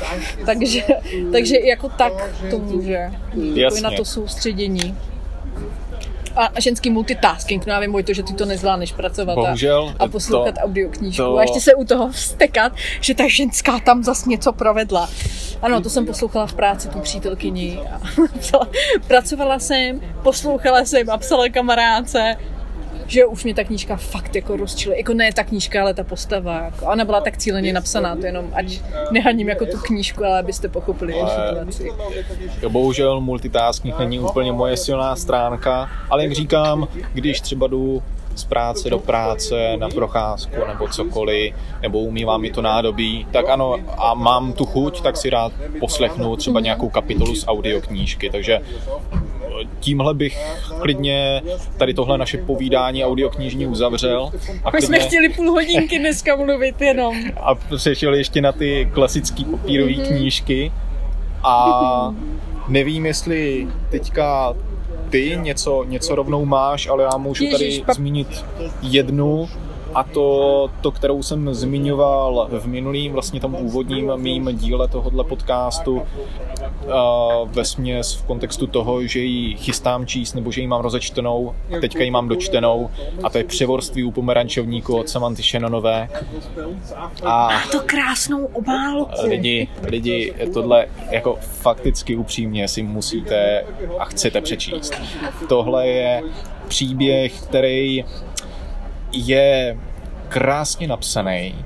Takže jako tak to může, jako na to soustředění. A ženský multitasking, no já vím, Vojto, že ty to nezvládneš pracovat a poslouchat audioknížku a ještě se u toho vztekat, že ta ženská tam zas něco provedla. Ano, to jsem poslouchala v práci tu přítelkyni a pracovala jsem, poslouchala jsem a psala kamarádce že už mě ta knížka fakt jako rozčiluje. Jako ne ta knížka, ale ta postava. Jako. Ona byla tak cíleně napsaná, to jenom ať nehaním jako tu knížku, ale abyste pochopili situaci. Bohužel multitasking není úplně moje silná stránka, ale jak říkám, když třeba jdu z práce do práce, na procházku nebo cokoliv, nebo umývám mi to nádobí, tak ano, a mám tu chuť, tak si rád poslechnu třeba nějakou kapitolu z audioknížky, takže tímhle bych klidně tady tohle naše povídání audioknižní uzavřel. My jsme chtěli půl hodinky dneska mluvit jenom. A přešel ještě na ty klasické papírové knížky a nevím, jestli teďka ty něco rovnou máš, ale já můžu tady zmínit jednu, a to, kterou jsem zmiňoval v minulým, vlastně tom úvodním mým díle tohohle podcastu, vesměs v kontextu toho, že ji chystám číst, nebo že ji mám rozečtenou, teďka ji mám dočtenou, a to je Převorství u pomerančovníku od Samanty Shannonové. A to krásnou obálku. Lidi, tohle jako fakticky upřímně si musíte a chcete přečíst. Tohle je příběh, který je krásně napsaný,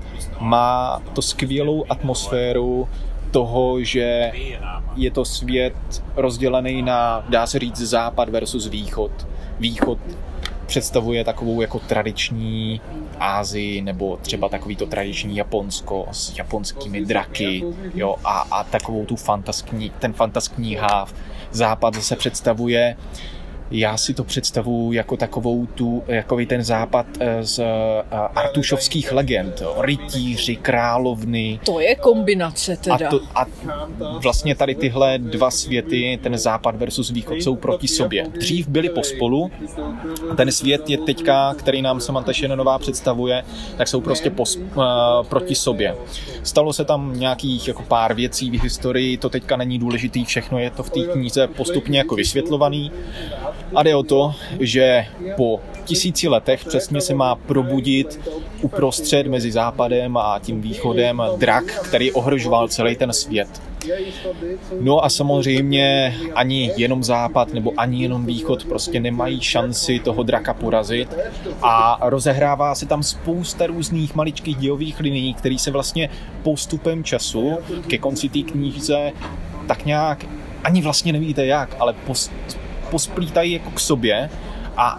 má to skvělou atmosféru toho, že je to svět rozdělený na, dá se říct, západ versus východ. Východ představuje takovou jako tradiční Asii, nebo třeba takový to tradiční Japonsko s japonskými draky, jo, a takovou tu ten fantaskní háv. Západ zase představuje, já si to představuji jako takový ten západ z artušovských legend. Rytíři, královny. To je kombinace teda. A vlastně tady tyhle dva světy, ten západ versus východ, jsou proti sobě. Dřív byli pospolu, ten svět je teďka, který nám Samantha Shannonová představuje, tak jsou prostě proti sobě. Stalo se tam nějakých jako pár věcí v historii, to teďka není důležitý, všechno je to v té knize postupně jako vysvětlovaný. A jde o to, že po 1000 letech přesně se má probudit uprostřed mezi západem a tím východem drak, který ohrožoval celý ten svět. No a samozřejmě ani jenom západ nebo ani jenom východ prostě nemají šanci toho draka porazit a rozehrává se tam spousta různých maličkých dějových linií, které se vlastně postupem času ke konci té knížce tak nějak, ani vlastně nevíte jak, ale posplítají jako k sobě a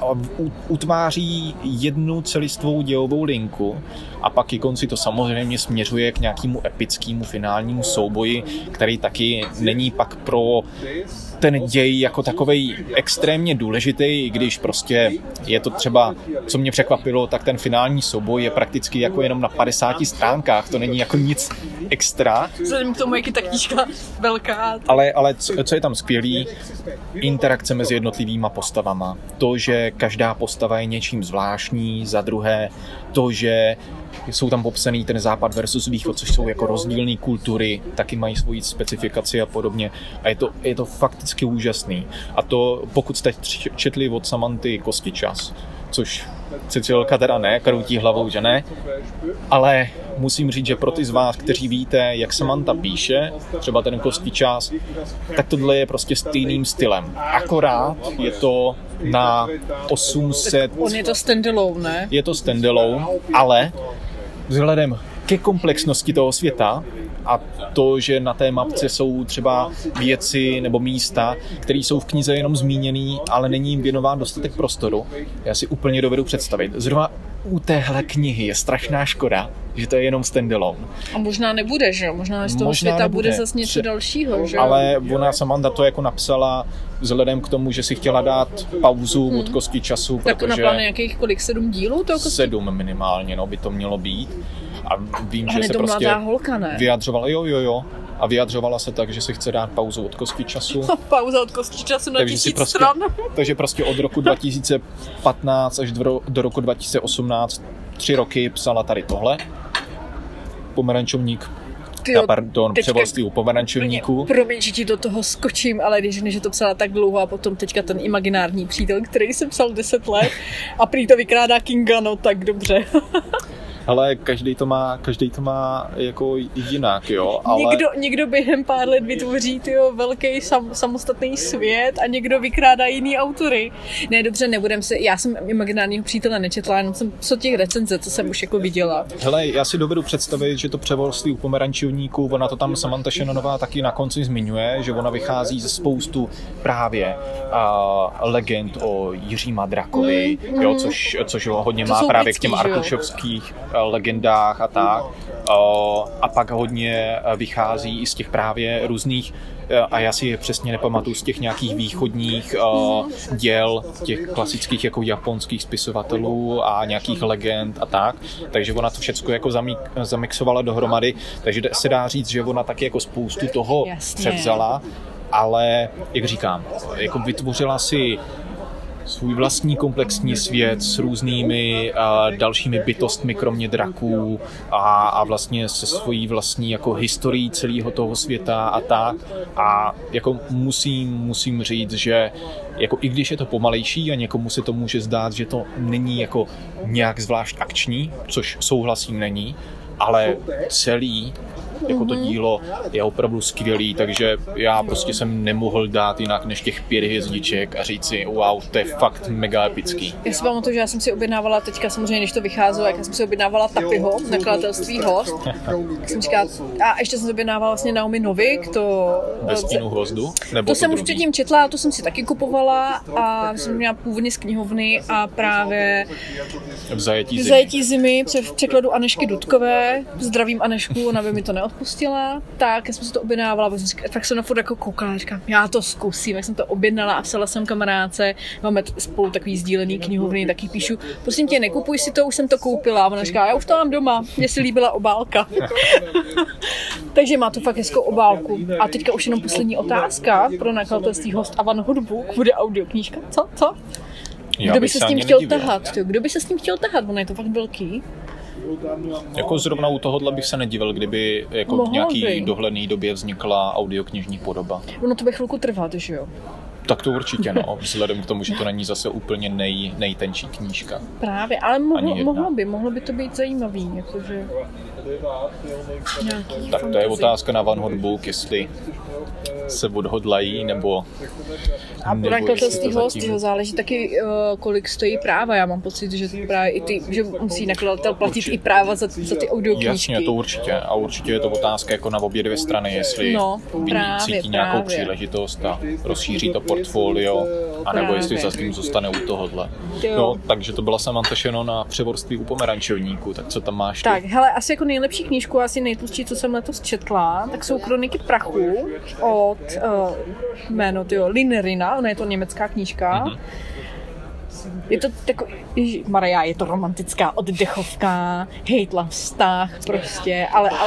utváří jednu celistvou dějovou linku a pak ke konci to samozřejmě směřuje k nějakému epickému finálnímu souboji, který taky není pak pro ten děj jako takovej extrémně důležitý, i když prostě je to třeba, co mě překvapilo, tak ten finální souboj je prakticky jako jenom na 50 stránkách, to není jako nic extra. Vzhledem k tomu, jak je ta knížka velká. Ale co je tam skvělý, interakce mezi jednotlivýma postavama. To, že každá postava je něčím zvláštní, za druhé to, že jsou tam popsaný ten západ versus východ, což jsou jako rozdílné kultury, taky mají svoji specifikaci a podobně. A je to fakticky úžasný. A to, pokud jste četli od Samanthy Kostičas, což Cecilka teda ne, kroutí hlavou, že ne, ale musím říct, že pro ty z vás, kteří víte, jak Samantha píše, třeba ten Kostičas, tak tohle je prostě stejným stylem. Akorát je to na 800... On je to standalone, ne? Je to standalone, ale vzhledem ke komplexnosti toho světa a to, že na té mapce jsou třeba věci nebo místa, které jsou v knize jenom zmíněný, ale není jim věnován dostatek prostoru, já si úplně dovedu představit. Zrovna u téhle knihy je strašná škoda, že to je jenom standalone. A možná nebude, že jo? Možná z toho světa bude zase něco dalšího, že jo? Ale ona Samantha to jako napsala vzhledem k tomu, že si chtěla dát pauzu od Kostičasu, tak protože... Tak to naplánuje nějakých 7 dílů toho 7 minimálně, no, by to mělo být. A vím, že se prostě holka, ne? vyjadřovala, jo. A vyjadřovala se tak, že si chce dát pauzu od Kostičasu. Pauza od Kostičasu na 1000 stran. Takže prostě od roku 2015 až do roku 2018 3 roky psala tady tohle. Pomerančovník. Převorství u pomerančovníků. Promiň, že ti do toho skočím, ale když to psala tak dlouho a potom teďka ten imaginární přítel, který jsem psal 10 let a prý to vykrádá Kinga, no tak dobře. Ale každý to má jako jinak, jo. Ale... Někdo během pár let vytvoří velký samostatný svět a někdo vykrádá jiný autory. Ne, dobře, nebudem se, já jsem Imaginárního přítele nečetla, jenom jsem těch recenze, co jsem už jako viděla. Hele, já si dovedu představit, že to Převorství u pomerančovníků, ona to tam Samantha Shannonová taky na konci zmiňuje, že ona vychází ze spoustu právě legend o Jiřím Drakovi, jo, což hodně má právě vždycky, k těm artušovských legendách a tak. A pak hodně vychází i z těch právě různých, a já si je přesně nepamatuju, z těch nějakých východních děl, těch klasických jako japonských spisovatelů a nějakých legend a tak. Takže ona to všechno jako zamixovala dohromady, takže se dá říct, že ona taky jako spoustu toho převzala, ale jak říkám, jako vytvořila si svůj vlastní komplexní svět s různými dalšími bytostmi, kromě draků a vlastně se svojí vlastní jako historií celého toho světa a tak. A jako musím říct, že jako i když je to pomalejší a někomu se to může zdát, že to není jako nějak zvlášť akční, což souhlasím není, ale celý jako to dílo je opravdu skvělý, takže já prostě jsem nemohl dát jinak než těch 5 hvězdiček a říct si, wow, to je fakt mega epický. Já si pamatuju, že já jsem si objednávala teďka, samozřejmě, když to vycházelo, jak jsem si objednávala Tapiho, nakladatelství Host. Jsem říkala, a ještě jsem si objednávala vlastně Naomi Novik, to... Ve stínu hvozdu? To jsem už předtím četla, to jsem si taky kupovala a jsem měla původně z knihovny a právě v zajetí zimy v překladu Anešky Dudkové. Zdravím Anešku, ona by mi to neodpustila. Tak, já jsem si to objednávala, tak jsem na furt jako koukala a říkám, já to zkusím, jak jsem to objednala a psala jsem kamarádce, máme spolu takový sdílený knihovny, taky píšu, prosím tě, nekupuj si to, už jsem to koupila. A ona říká, já už to mám doma, mně se líbila obálka. Takže má to fakt hezkou obálku. A teďka už jenom poslední otázka pro nakladatelství Host a Van Hudbook, bude audioknížka, co? Kdo by se s tím chtěl tahat? Kdo by se s tím chtěl tahat? Ono je to fakt velký. Jako zrovna u tohohle bych se nedivil, kdyby jako v nějaký dohledné době vznikla audioknižní podoba. Ono to bude chvilku trvat, že jo? Tak to určitě, vzhledem k tomu, že to není zase úplně nejtenčí knížka. Právě, ale mohlo by to být zajímavý, jakože... Tak to je otázka na Van Hudbook, jestli se odhodlají, nebo a pro nakladatelství Host záleží taky, kolik stojí práva. Já mám pocit, že právě i že musí nakladatel platit i práva za ty audioknížky. Jasně, to určitě. A určitě je to otázka jako na obě dvě strany, jestli cítí nějakou příležitost a rozšíří to portfolio, anebo jestli za tím zůstane u tohohle. No, takže to byla Samantha Shannon na Převorství u pomerančovníku. Tak co tam máš ty? Tak, hele, asi jako nejlepší knížku, asi nejtlustší, co jsem letos četla, tak jsou Kroniky prachu od jméno Lynne Rina, ona je to německá knížka. Mm-hmm. Je to takový, Maria, je to romantická oddechovka, hate love vztah prostě,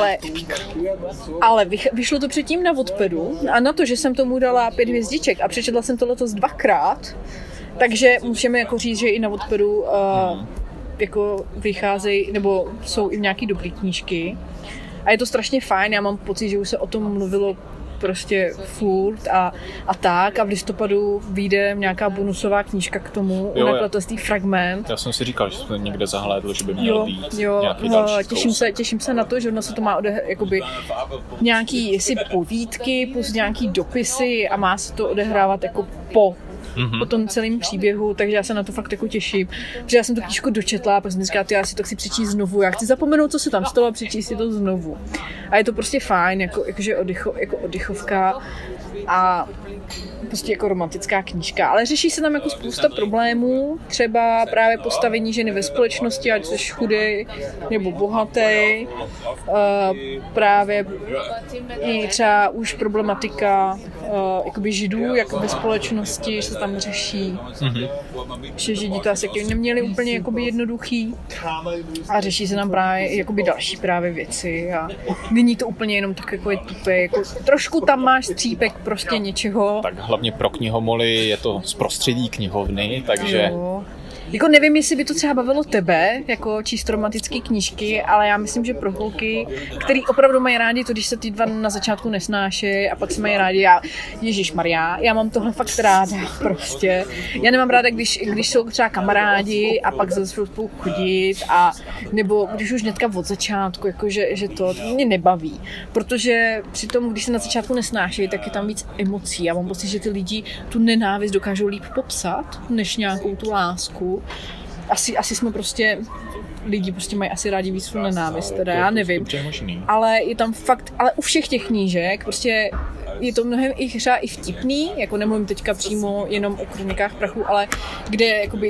ale vyšlo to předtím na Wattpadu a na to, že jsem tomu dala 5 hvězdiček a přečetla jsem to letos 2krát, takže můžeme jako říct, že i na Wattpadu jako vycházejí, nebo jsou i nějaký dobrý knížky a je to strašně fajn, já mám pocit, že už se o tom mluvilo prostě furt a tak a v listopadu vyjde nějaká bonusová knížka k tomu u nakladatelství Fragment. Já jsem si říkal, že jsem někde zahlédl, že by měl být nějaký další těším se na to, že ono se to má jakoby nějaký povídky plus nějaký dopisy a má se to odehrávat jako po tom celém příběhu, takže já se na to fakt jako těším. Protože já jsem tu knížku dočetla a pak jsem mi říkala, já si to chci přečíst znovu, já chci zapomenout, co se tam stalo a přečíst si to znovu. A je to prostě fajn, jakože oddechovka a prostě jako romantická knížka, ale řeší se tam jako spousta problémů, třeba právě postavení ženy ve společnosti, ať jsi chudej nebo bohatý, právě i třeba už problematika jakoby židů jako ve společnosti, že se tam řeší, že židi to asi neměli úplně jakoby jednoduchý a řeší se tam právě jakoby další právě věci a není to úplně jenom tak jako je tupé, jako trošku tam máš střípek prostě něčeho. Tak hlavně pro knihomoly je to z prostředí knihovny, takže... Jako nevím, jestli by to třeba bavilo tebe, jako číst romantické knížky, ale já myslím, že pro holky, který opravdu mají rádi to, když se ty dva na začátku nesnáší a pak se mají rádi. Ježišmarja, já mám tohle fakt ráda prostě. Já nemám ráda, když jsou třeba kamarádi a pak začnou spolu chodit a nebo když už hnedka od začátku, jakože že to mě nebaví. Protože přitom, když se na začátku nesnáší, tak je tam víc emocí. Já mám pocit, že ty lidi tu nenávist dokážou líp popsat, než nějakou tu lásku. Asi jsme prostě, lidi prostě mají asi rádi víc tu nenávist, teda já nevím. Ale je tam fakt, ale u všech těch knížek prostě je to mnohem i třeba i vtipný, jako nemluvím teďka přímo jenom o Kronikách prachu, ale kde jakoby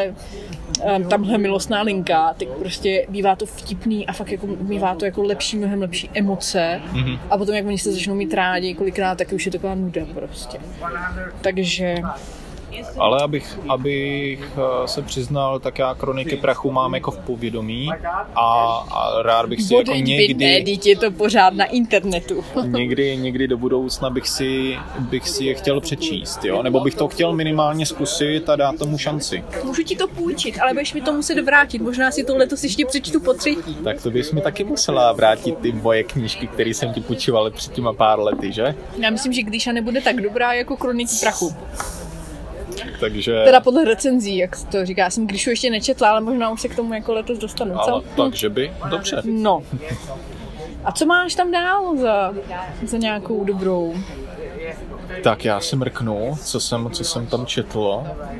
tamhle milostná linka, tak prostě bývá to vtipný a fakt jako bývá to jako mnohem lepší emoce. Mm-hmm. A potom, jak oni se začnou mít rádi kolikrát, tak už je taková nuda prostě. Takže... Ale abych se přiznal, tak já Kroniky prachu mám jako v povědomí a rád bych si jako někdy... je to pořád na internetu. někdy do budoucna bych si je chtěl přečíst, jo? Nebo bych to chtěl minimálně zkusit a dát tomu šanci. Můžu ti to půjčit, ale budeš mi to muset vrátit. Možná si to letos ještě přečtu po třetí. Tak to bys mi taky musela vrátit ty moje knížky, které jsem ti půjčoval před těma pár lety, že? Já myslím, že Gdíša nebude tak dobrá jako Kroniky prachu. Takže... Teda podle recenzí, jak to říká. Já jsem Gdíšu ještě nečetla, ale možná už se k tomu jako letos dostanu. Ale takže by? Dobře. No. A co máš tam dál za nějakou dobrou? Tak já si mrknu, co jsem tam četl.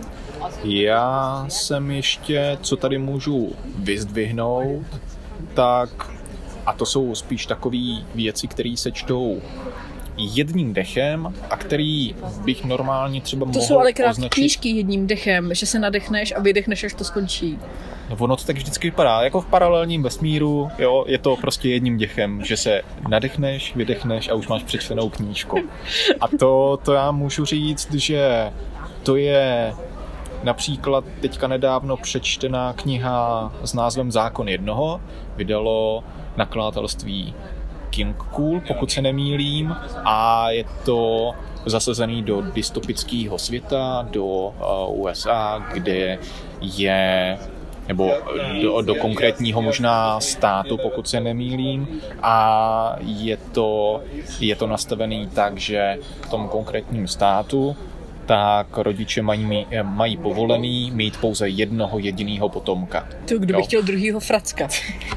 Já jsem ještě, co tady můžu vyzdvihnout, tak, a to jsou spíš takové věci, které se čtou jedním dechem a který bych normálně třeba mohl označit. To jsou ale krátké knížky jedním dechem, že se nadechneš a vydechneš, až to skončí. No ono to tak vždycky vypadá, jako v paralelním vesmíru, jo, je to prostě jedním dechem, že se nadechneš, vydechneš a už máš přečtenou knížku. A to já můžu říct, že to je například teďka nedávno přečtená kniha s názvem Zákon jednoho, vydalo nakladatelství King Cool, pokud se nemýlím, a je to zasazený do dystopického světa, do USA, kde je, nebo do konkrétního možná státu, pokud se nemýlím, a je to nastavený tak, že v tom konkrétním státu tak rodiče mají povolený mít pouze jednoho jediného potomka. To kdo by chtěl druhýho fracka?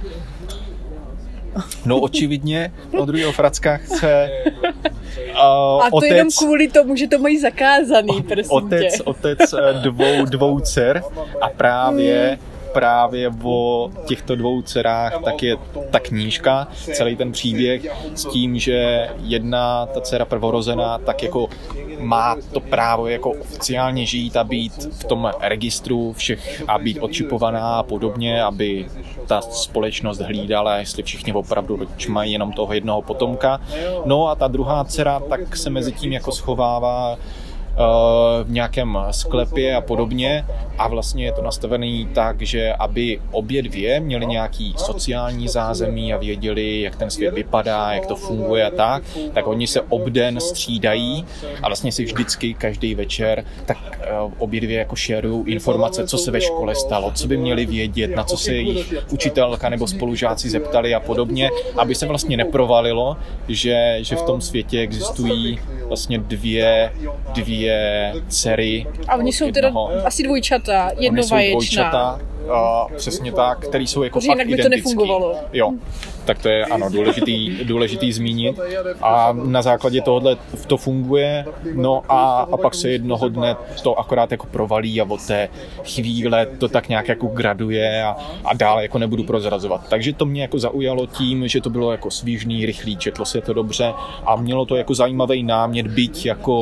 No očividně od druhého fracka chce a to otec, jenom kvůli tomu, že to mají zakázaný, prosím tě. Otec dvou dcer a právě o těchto dvou dcerách tak je ta knížka, celý ten příběh s tím, že jedna, ta dcera prvorozená, tak jako má to právo jako oficiálně žít a být v tom registru všech a být odčipovaná a podobně, aby ta společnost hlídala, jestli všichni opravdu mají jenom toho jednoho potomka. No a ta druhá dcera tak se mezi tím jako schovává v nějakém sklepě a podobně a vlastně je to nastavený tak, že aby obě dvě měly nějaký sociální zázemí a věděli, jak ten svět vypadá, jak to funguje a tak oni se obden střídají a vlastně si vždycky každý večer tak obě dvě jako šerujou informace, co se ve škole stalo, co by měli vědět, na co se jejich učitelka nebo spolužáci zeptali a podobně, aby se vlastně neprovalilo, že v tom světě existují vlastně dvě dcery. A oni jsou teda asi dvojčata, jedno vaječná. Dvojčata, přesně tak, který jsou jako fakt identický. Jinak by to nefungovalo. Jo, tak to je ano, důležitý zmínit. A na základě tohohle to funguje, no a pak se jednoho dne to akorát jako provalí a od té chvíle to tak nějak jako graduje a dále jako nebudu prozrazovat. Takže to mě jako zaujalo tím, že to bylo jako svížný, rychlý, četlo se to dobře a mělo to jako zajímavý námět, byť jako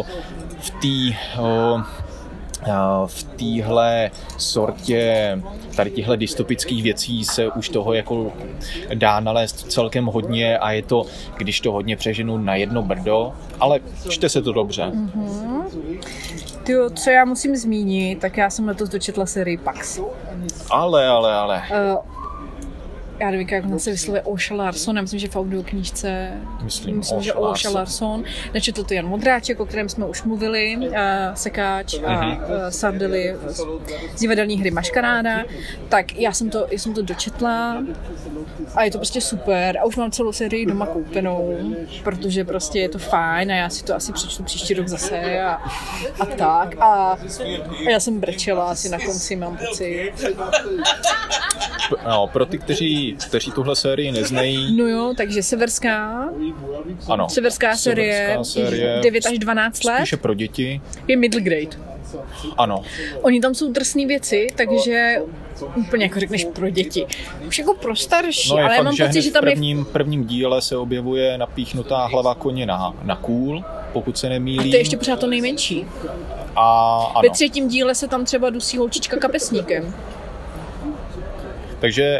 v téhle sortě tady těchto dystopických věcí se už toho jako dá nalézt celkem hodně a je to, když to hodně přeženu, na jedno brdo, ale čte se to dobře. Mm-hmm. Tyjo, co já musím zmínit, tak já jsem letos dočetla sérii Pax. Ale. já nevím, jak on se vyslovuje Oša Larsson, já myslím, že v audioknížce myslím že Oša Larsson. Nečetl to Jan Modráček, o kterém jsme už mluvili, Sekáč a Sardely z divadelní hry Maškaráda. Tak já jsem to dočetla a je to prostě super a už mám celou sérii doma koupenou, protože prostě je to fajn a já si to asi přečtu příští rok zase a tak. A já jsem brečela asi na konci, mám pocit. No, pro ty, kteří tuhle sérii neznají. No jo, takže severská série 9 až 12 let. Spíše pro děti. Je middle grade. Ano. Oni tam jsou drsný věci, takže úplně jako řekneš pro děti. Už jako pro starší, no ale já mám pocit, že tam v prvním díle se objevuje napíchnutá hlava koně na kůl, pokud se nemýlím. A to je ještě pořád to nejmenší. Ano. Ve 3. díle se tam třeba dusí holčička kapesníkem. Takže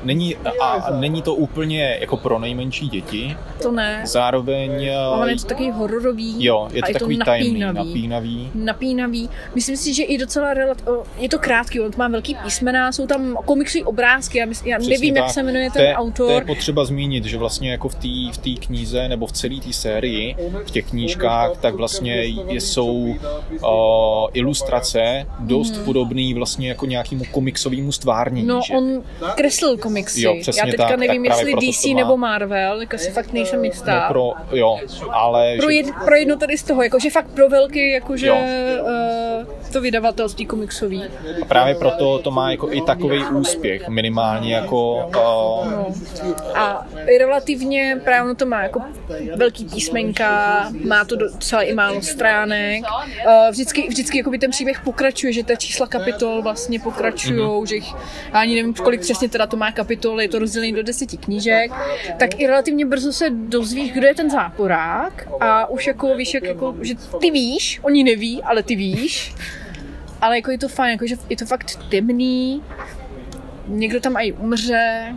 není to úplně jako pro nejmenší děti. To ne. Zároveň... Ale je to takový hororový. Jo, je to takový tajemný, napínavý. Myslím si, že i docela je to krátký, on má velký písmena, jsou tam komiksové obrázky, já nevím, jak se jmenuje ten autor. To je potřeba zmínit, že vlastně jako v té knize nebo v celé té sérii, v těch knížkách, tak vlastně jsou ilustrace dost podobný vlastně jako nějakému komiksovému stvárnění. No, on kreslil komiksy. Jo, já teďka nevím, jestli DC nebo Marvel, jako si fakt nejsem jistá. No ale... Pro jedno tady z toho, jakože fakt pro velký, jakože to vydavatelství komiksový. A právě proto to má jako i takovej úspěch, minimálně jako... No. A relativně právě to má jako velký písmenka, má to docela i málo stránek. Vždycky jako by ten příběh pokračuje, že ta čísla kapitol vlastně pokračujou, že ani nevím, kolik přesně teda to má kapitol, je to rozdělené do 10 knížek, tak i relativně brzo se dozvíš, kdo je ten záporák a už jako víš, že ty víš, oni neví, ale ty víš, ale jako je to fajn, jako, že je to fakt temný, někdo tam i umře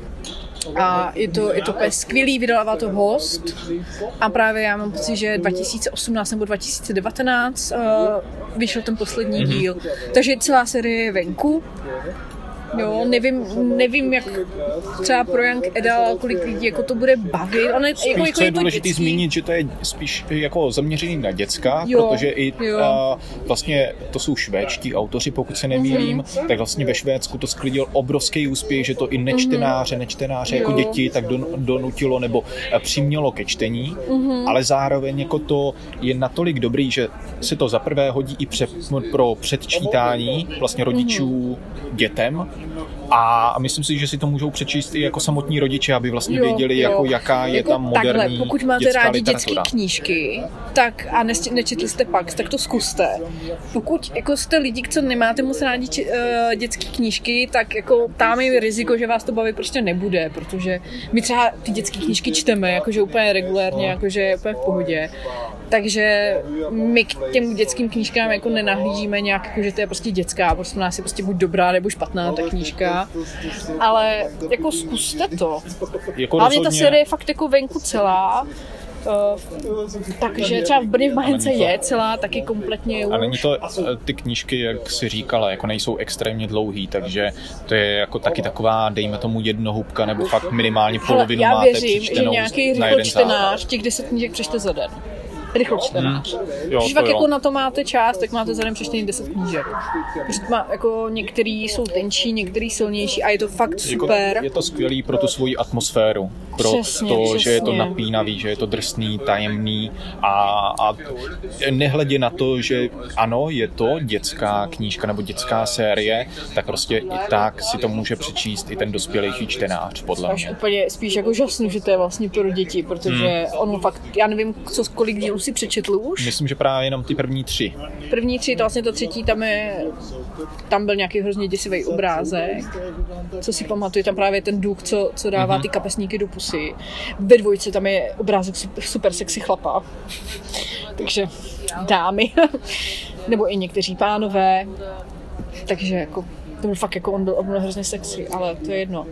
a je to skvělý, vydává to Host a právě já mám pocit, že 2018 nebo 2019 vyšel ten poslední díl, takže celá série je venku. Jo, nevím, jak třeba pro Young Adult, kolik lidí jako to bude bavit. Co je důležité zmínit, že to je spíš jako zaměřený na děcka, protože i vlastně to jsou švédští autoři, pokud se nemýlím, tak vlastně ve Švédsku to sklidil obrovský úspěch, že to i nečtenáře jako děti tak donutilo nebo přimělo ke čtení, ale zároveň jako to je natolik dobrý, že si to zaprvé hodí i pro předčítání vlastně rodičů dětem. A myslím si, že si to můžou přečíst i jako samotní rodiče, aby vlastně věděli, jako jaká je tam moderní takhle, pokud máte rádi dětské literatura. Knížky, tak a nečetli jste Pax, tak to zkuste. Pokud jako jste lidi, co nemáte moc rádi dětské knížky, tak jako tam je riziko, že vás to bavit prostě nebude, protože my třeba ty dětské knížky čteme, jakože úplně regulérně, jakože úplně v pohodě. Takže my k těm dětským knížkám jako nenahlížíme nějak, jako, že to je prostě dětská, prostě nás je prostě buď dobrá nebo špatná ta knížka, ale jako zkuste to. Jako hlavně ta série je fakt jako venku celá, takže třeba v Brně v Mahence je celá taky kompletně. A není to ty knížky, jak jsi říkala, jako nejsou extrémně dlouhý, takže to je jako taky taková, dejme tomu jednohubka, nebo fakt minimálně polovinu máte přečtenou na jeden zápas. Já věřím, že nějaký rychločtenář těch 10 knížek přečte za den. Rychločtenář. Když fakt jako na to máte čas, tak máte za den přečtený 10 knížek. Jako některý jsou tenčí, některý silnější a je to fakt super. Je to skvělý pro tu svoji atmosféru. Pro přesně. Že je to napínavý, že je to drsný, tajemný a nehledě na to, že ano, je to dětská knížka nebo dětská série, tak prostě i tak si to může přečíst i ten dospělejší čtenář, podle mě. Až úplně spíš jako žasnu, že to je vlastně pro děti, protože on fakt, já nevím, kolik dílů si přečetl už. Myslím, že právě jenom ty první 3. První 3, to vlastně to 3, tam byl nějaký hrozně děsivý obrázek, co si pamatuju, tam právě ten duch, co dává ty kapesníky do pusy. Ve 2 tam je obrázek super sexy chlapa. Takže dámy, nebo i někteří pánové. Takže jako, to byl fakt jako, on byl hrozně sexy, ale to je jedno.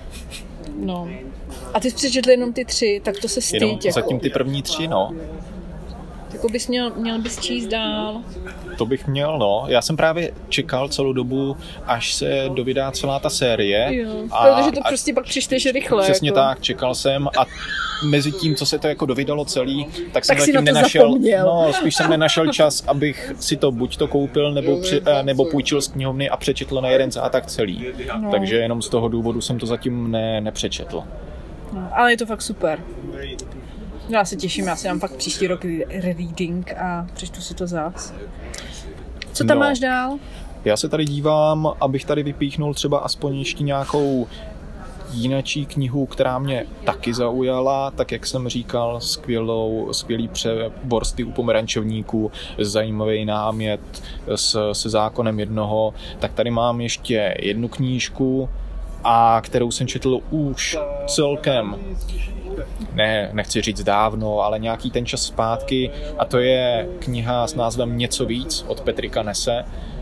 No. A ty jsi přečetl jenom ty 3, tak to se styď. Jenom zatím ty první 3, no. Jako bys měl bys číst dál. To bych měl, no. Já jsem právě čekal celou dobu, až se dovydá celá ta série. Jo, protože to prostě pak přečteš rychle. Přesně jako. Tak, čekal jsem a mezi tím, co se to jako dovydalo celý, tak jsem si zatím na to nenašel, zapomněl. no, spíš jsem nenašel čas, abych si to buď to koupil, nebo půjčil z knihovny a přečetl na jeden zátak celý. No. Takže jenom z toho důvodu jsem to zatím nepřečetl. No, ale je to fakt super. Já se těším, já si dám fakt příští rok reading a přečtu si to zás. Co tam máš dál? Já se tady dívám, abych tady vypíchnul třeba aspoň ještě nějakou jinačí knihu, která mě taky zaujala, tak jak jsem říkal, skvělý přebor u pomerančovníků, zajímavý námět se zákonem jednoho, tak tady mám ještě jednu knížku, a kterou jsem četl už celkem, nechci říct dávno, ale nějaký ten čas zpátky, a to je kniha s názvem Něco víc od Patricka Nesse.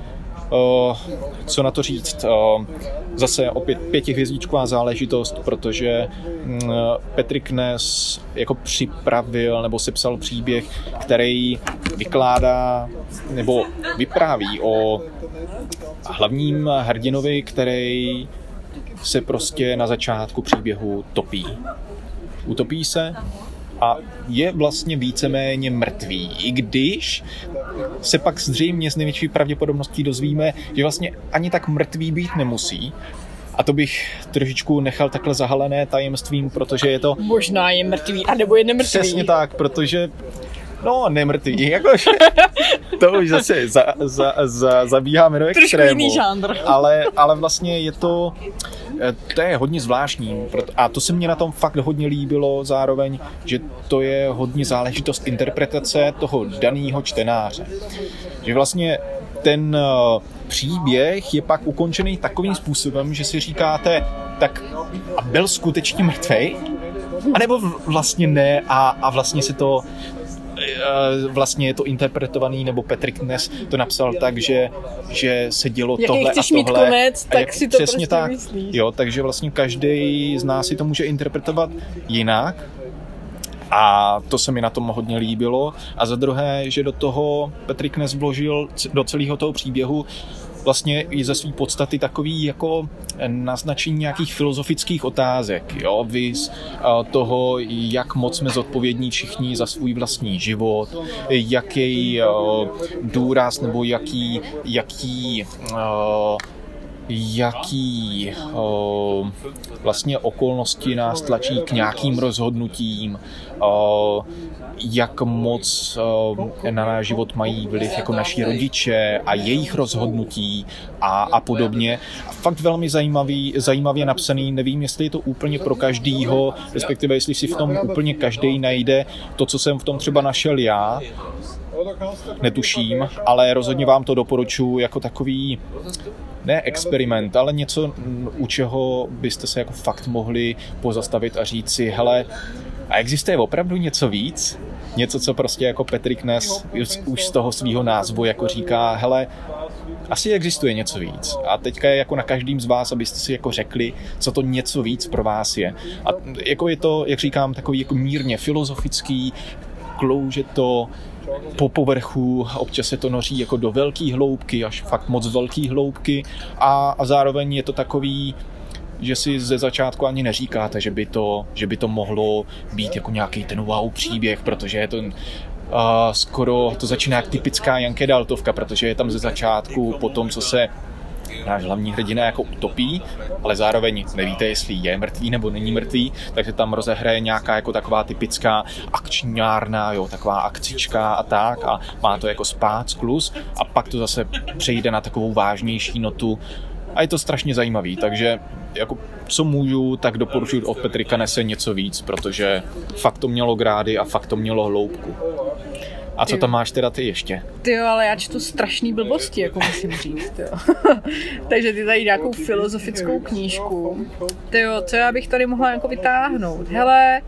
Co na to říct? Zase opět 5hvězdičková záležitost, protože Patrick Ness jako připravil nebo sepsal příběh, který vykládá nebo vypráví o hlavním hrdinovi, který se prostě na začátku příběhu topí. Utopí se a je vlastně víceméně mrtvý, i když se pak zřejmě s největší pravděpodobností dozvíme, že vlastně ani tak mrtvý být nemusí. A to bych trošičku nechal takhle zahalené tajemstvím, protože je to... Možná je mrtvý, anebo je nemrtvý. Přesně tak, protože... No, nemrtvý, jakože to už zase zabíháme do extrému. Trošku jiný žánr. Ale vlastně je to je hodně zvláštní a to se mně na tom fakt hodně líbilo zároveň, že to je hodně záležitost interpretace toho daného čtenáře. Že vlastně ten příběh je pak ukončený takovým způsobem, že si říkáte, tak a byl skutečně mrtvej? A nebo vlastně ne a vlastně se to vlastně je to interpretovaný, nebo Patrick Ness to napsal tak, že se dělo tohle a tohle. Jak chceš mít konec, tak si to prostě tak, myslíš. Jo, takže vlastně každý z nás si to může interpretovat jinak. A to se mi na tom hodně líbilo. A za druhé, že do toho Patrick Ness vložil do celého toho příběhu vlastně i ze své podstaty takový jako naznačení nějakých filozofických otázek, jo, viz toho, jak moc jsme zodpovědní všichni za svůj vlastní život, jaký důraz nebo jaký vlastně okolnosti nás tlačí k nějakým rozhodnutím, jak moc na náš život mají vliv jako naši rodiče a jejich rozhodnutí a podobně. A fakt velmi zajímavě napsaný, nevím, jestli je to úplně pro každýho, respektive jestli si v tom úplně každý najde to, co jsem v tom třeba našel já, netuším, ale rozhodně vám to doporučuji jako takový ne experiment, ale něco, u čeho byste se jako fakt mohli pozastavit a říct si, hele, a existuje opravdu něco víc? Něco, co prostě jako Patrick Ness už z toho svýho názvu jako říká, hele, asi existuje něco víc. A teďka je jako na každým z vás, abyste si jako řekli, co to něco víc pro vás je. A jako je to, jak říkám, takový jako mírně filozofický, klouže to po povrchu, občas se to noří jako do velký hloubky, až fakt moc velký hloubky a zároveň je to takový, že si ze začátku ani neříkáte, že by to mohlo být jako nějaký ten wow příběh, protože je to skoro, to začíná jak typická Janke Daltovka, protože je tam ze začátku po tom, co se náš hlavní hrdina jako utopí, ale zároveň nevíte, jestli je mrtvý nebo není mrtvý, takže tam rozehraje nějaká jako taková typická akčňárna, jo, taková akcička a tak a má to jako spát skluz a pak to zase přejde na takovou vážnější notu a je to strašně zajímavý, takže jako co můžu, tak doporučuji od Patricka Nesse něco víc, protože fakt to mělo grády a fakt to mělo hloubku. A co tam máš teda ty ještě? Tyjo, ale já čtu strašný blbosti, jako musím říct, jo. Takže ty tady nějakou filozofickou knížku. Tyjo, co já bych tady mohla jako vytáhnout? Hele,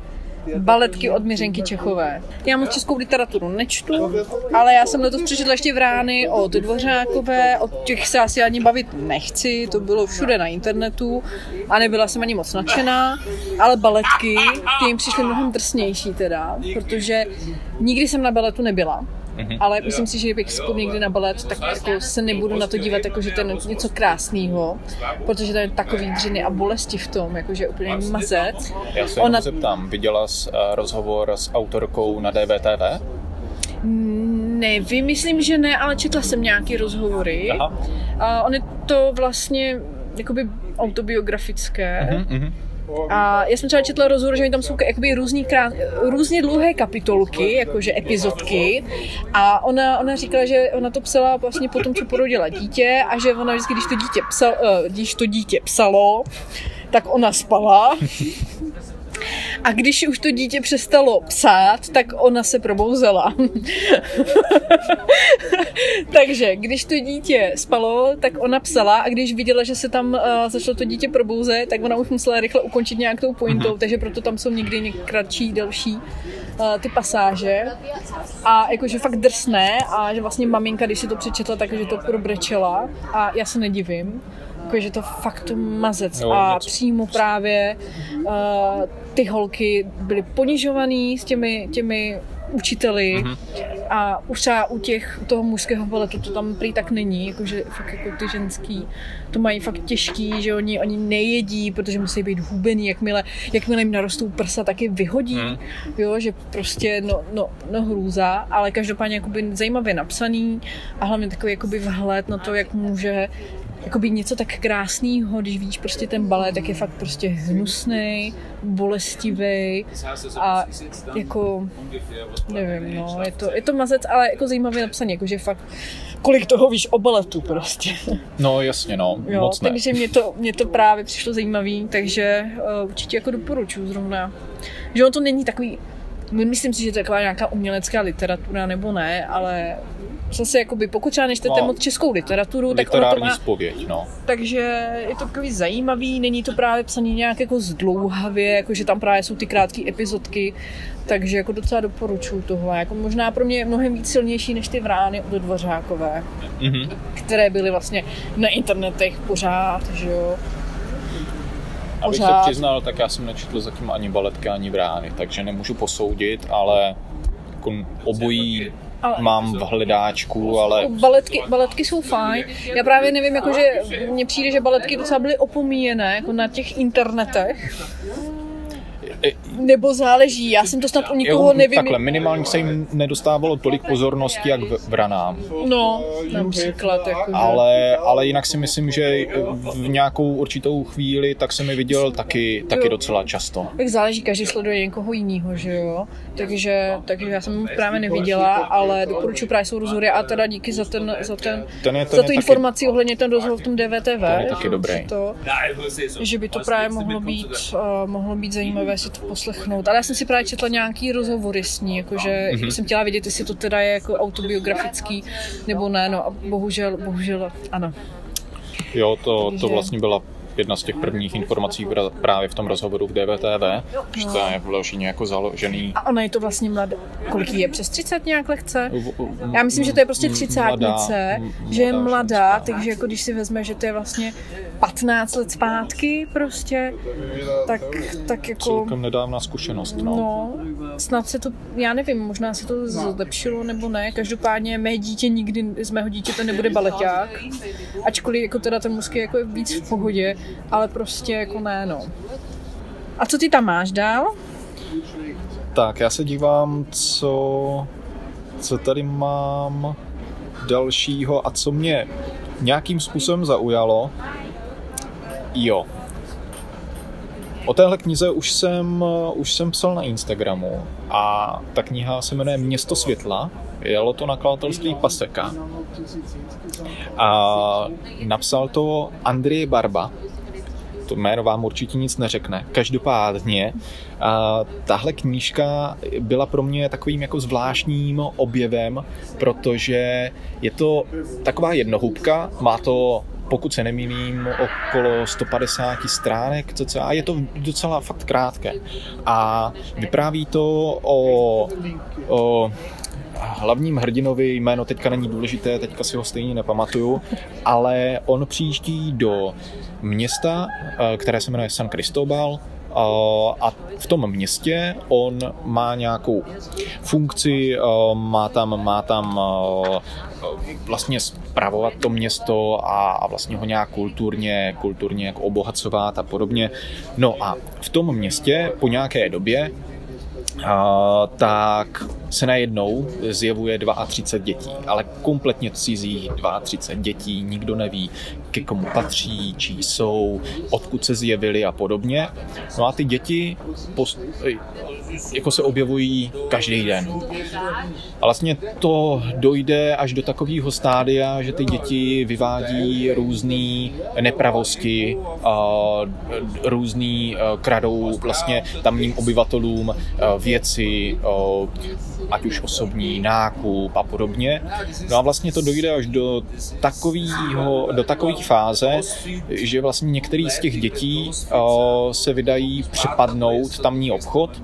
Baletky od Miřenky Čechové. Já moc českou literaturu nečtu, ale já jsem letos přečetla ještě Vrány od Dvořákové, od těch se asi ani bavit nechci, to bylo všude na internetu a nebyla jsem ani moc nadšená, ale baletky, ty jim přišly mnohem drsnější teda, protože nikdy jsem na baletu nebyla. Ale myslím si, že bych spolu někdy na balet, tak jako se nebudu na to dívat, jako, že to je něco krásného, protože to je takový dřiny a bolesti v tom, jakože úplně mazec. Já se jenom zeptám, viděla jsi rozhovor s autorkou na DVTV? Nevím, myslím, že ne, ale četla jsem nějaký rozhovory. A on je to vlastně jakoby autobiografické. A já jsem třeba četla rozhovor, že tam jsou jakoby různě dlouhé kapitolky, jakože epizodky. A ona říkala, že ona to psala vlastně po tom, co porodila dítě a že ona vždycky, když to dítě psalo, tak ona spala. A když už to dítě přestalo psát, tak ona se probouzela. Takže když to dítě spalo, tak ona psala a když viděla, že se tam začalo to dítě probouzet, tak ona už musela rychle ukončit nějak tou pointou, takže proto tam jsou někdy kratší, delší ty pasáže. A jakože fakt drsné a že vlastně maminka, když si to přečetla, takže to probrečela a já se nedivím. Jakože to fakt mazec a přímo právě ty holky byly ponižovaný s těmi učiteli a už třeba u toho mužského baletu to tam prý tak není, jakože fakt jako ty ženský to mají fakt těžký, že oni nejedí, protože musí být hubený, jakmile jim narostou prsa, tak je vyhodí, jo, že prostě no hrůza, ale každopádně jakoby zajímavě napsaný a hlavně takový jakoby vhled na to, jak může jakoby něco tak krásného, když vidíš prostě ten balet, tak je fakt prostě hnusnej, bolestivý a jako nevím, no, je to mazec, ale jako zajímavě napsaný, jakože fakt kolik toho víš o baletu prostě. No jasně, no, jo, moc ne. Takže mě to právě přišlo zajímavý, takže určitě jako doporučuji zrovna. Že on to není takový, myslím si, že to je taková nějaká umělecká literatura nebo ne, ale zase jakoby, pokud třeba nečtete moc českou literaturu, tak ono to má zpověď, no. Takže je to takový zajímavý, není to právě psaný nějak jako zdlouhavě, jakože tam právě jsou ty krátké epizodky, takže jako docela doporučuji tohle. Jako možná pro mě je mnohem víc silnější než ty Vrány od Dvořákové, které byly vlastně na internetech pořád, že jo. Abych se přiznal, tak já jsem nečetl zatím ani baletky, ani Vrány, takže nemůžu posoudit, ale jako obojí mám v hledáčku, ale... Baletky jsou fajn. Já právě nevím, jakože mně přijde, že baletky docela byly opomíjené jako na těch internetech. Nebo záleží, já jsem to snad u nikoho nevím. Takhle, minimálně se jim nedostávalo tolik pozornosti, jak Vranám. No, například. Jakože... Ale jinak si myslím, že v nějakou určitou chvíli tak jsem je viděl taky docela často. Tak záleží, každý sleduje někoho jinýho, že jo. Takže já jsem právě neviděla, ale doporučuji právě jsou rozhovory a teda díky za tu informaci ohledně ten rozhovor v tom DVTV. Ten je taky dobrý. Že by to právě mohlo být zajímavé si to poslechnout. Ale já jsem si právě četla nějaký rozhovory s ní, jakože jsem chtěla vědět, jestli to teda je jako autobiografický nebo ne, no a bohužel ano. Jo, to vlastně byla jedna z těch prvních informací právě v tom rozhovoru v DVTV, že to je vloženě jako založený. A ona je to vlastně mladá. Kolik je? Přes 30 nějak lehce? Já myslím, že to je prostě 30nice, že je mladá, takže jako když si vezme, že to je vlastně 15 let zpátky prostě, tak jako... Celkem nedávná zkušenost, no. No, snad se to, já nevím, možná se to zlepšilo nebo ne, každopádně mé dítě nikdy, z mého dítěte nebude baleťák, ačkoliv jako teda ten mužský jako je víc v pohodě, ale prostě jako ne, no. A co ty tam máš dál? Tak, já se dívám, co tady mám dalšího a co mě nějakým způsobem zaujalo. Jo. O téhle knize už jsem psal na Instagramu a ta kniha se jmenuje Město světla. Jelo to nakladatelství Paseka. A napsal to Andrej Barba. To jméno vám určitě nic neřekne. Každopádně tahle knížka byla pro mě takovým jako zvláštním objevem, protože je to taková jednohubka, má to pokud se nemýlím, okolo 150 stránek, a je to docela fakt krátké. A vypráví to o hlavním hrdinovi, jméno teďka není důležité, teďka si ho stejně nepamatuju, ale on přijíždí do města, které se jmenuje San Cristóbal, a v tom městě on má nějakou funkci, má tam vlastně spravovat to město a vlastně ho nějak kulturně jako obohacovat a podobně. No a v tom městě po nějaké době tak se najednou zjevuje 32 dětí, ale kompletně cizích 32 dětí, nikdo neví, ke komu patří, čí jsou, odkud se zjevili a podobně. No a ty děti jako se objevují každý den. A vlastně to dojde až do takového stádia, že ty děti vyvádí různé nepravosti, kradou vlastně tamním obyvatelům věci, ať už osobní, nákup a podobně. No a vlastně to dojde až do takové fáze, že vlastně některý z těch dětí se vydají přepadnout tamní obchod.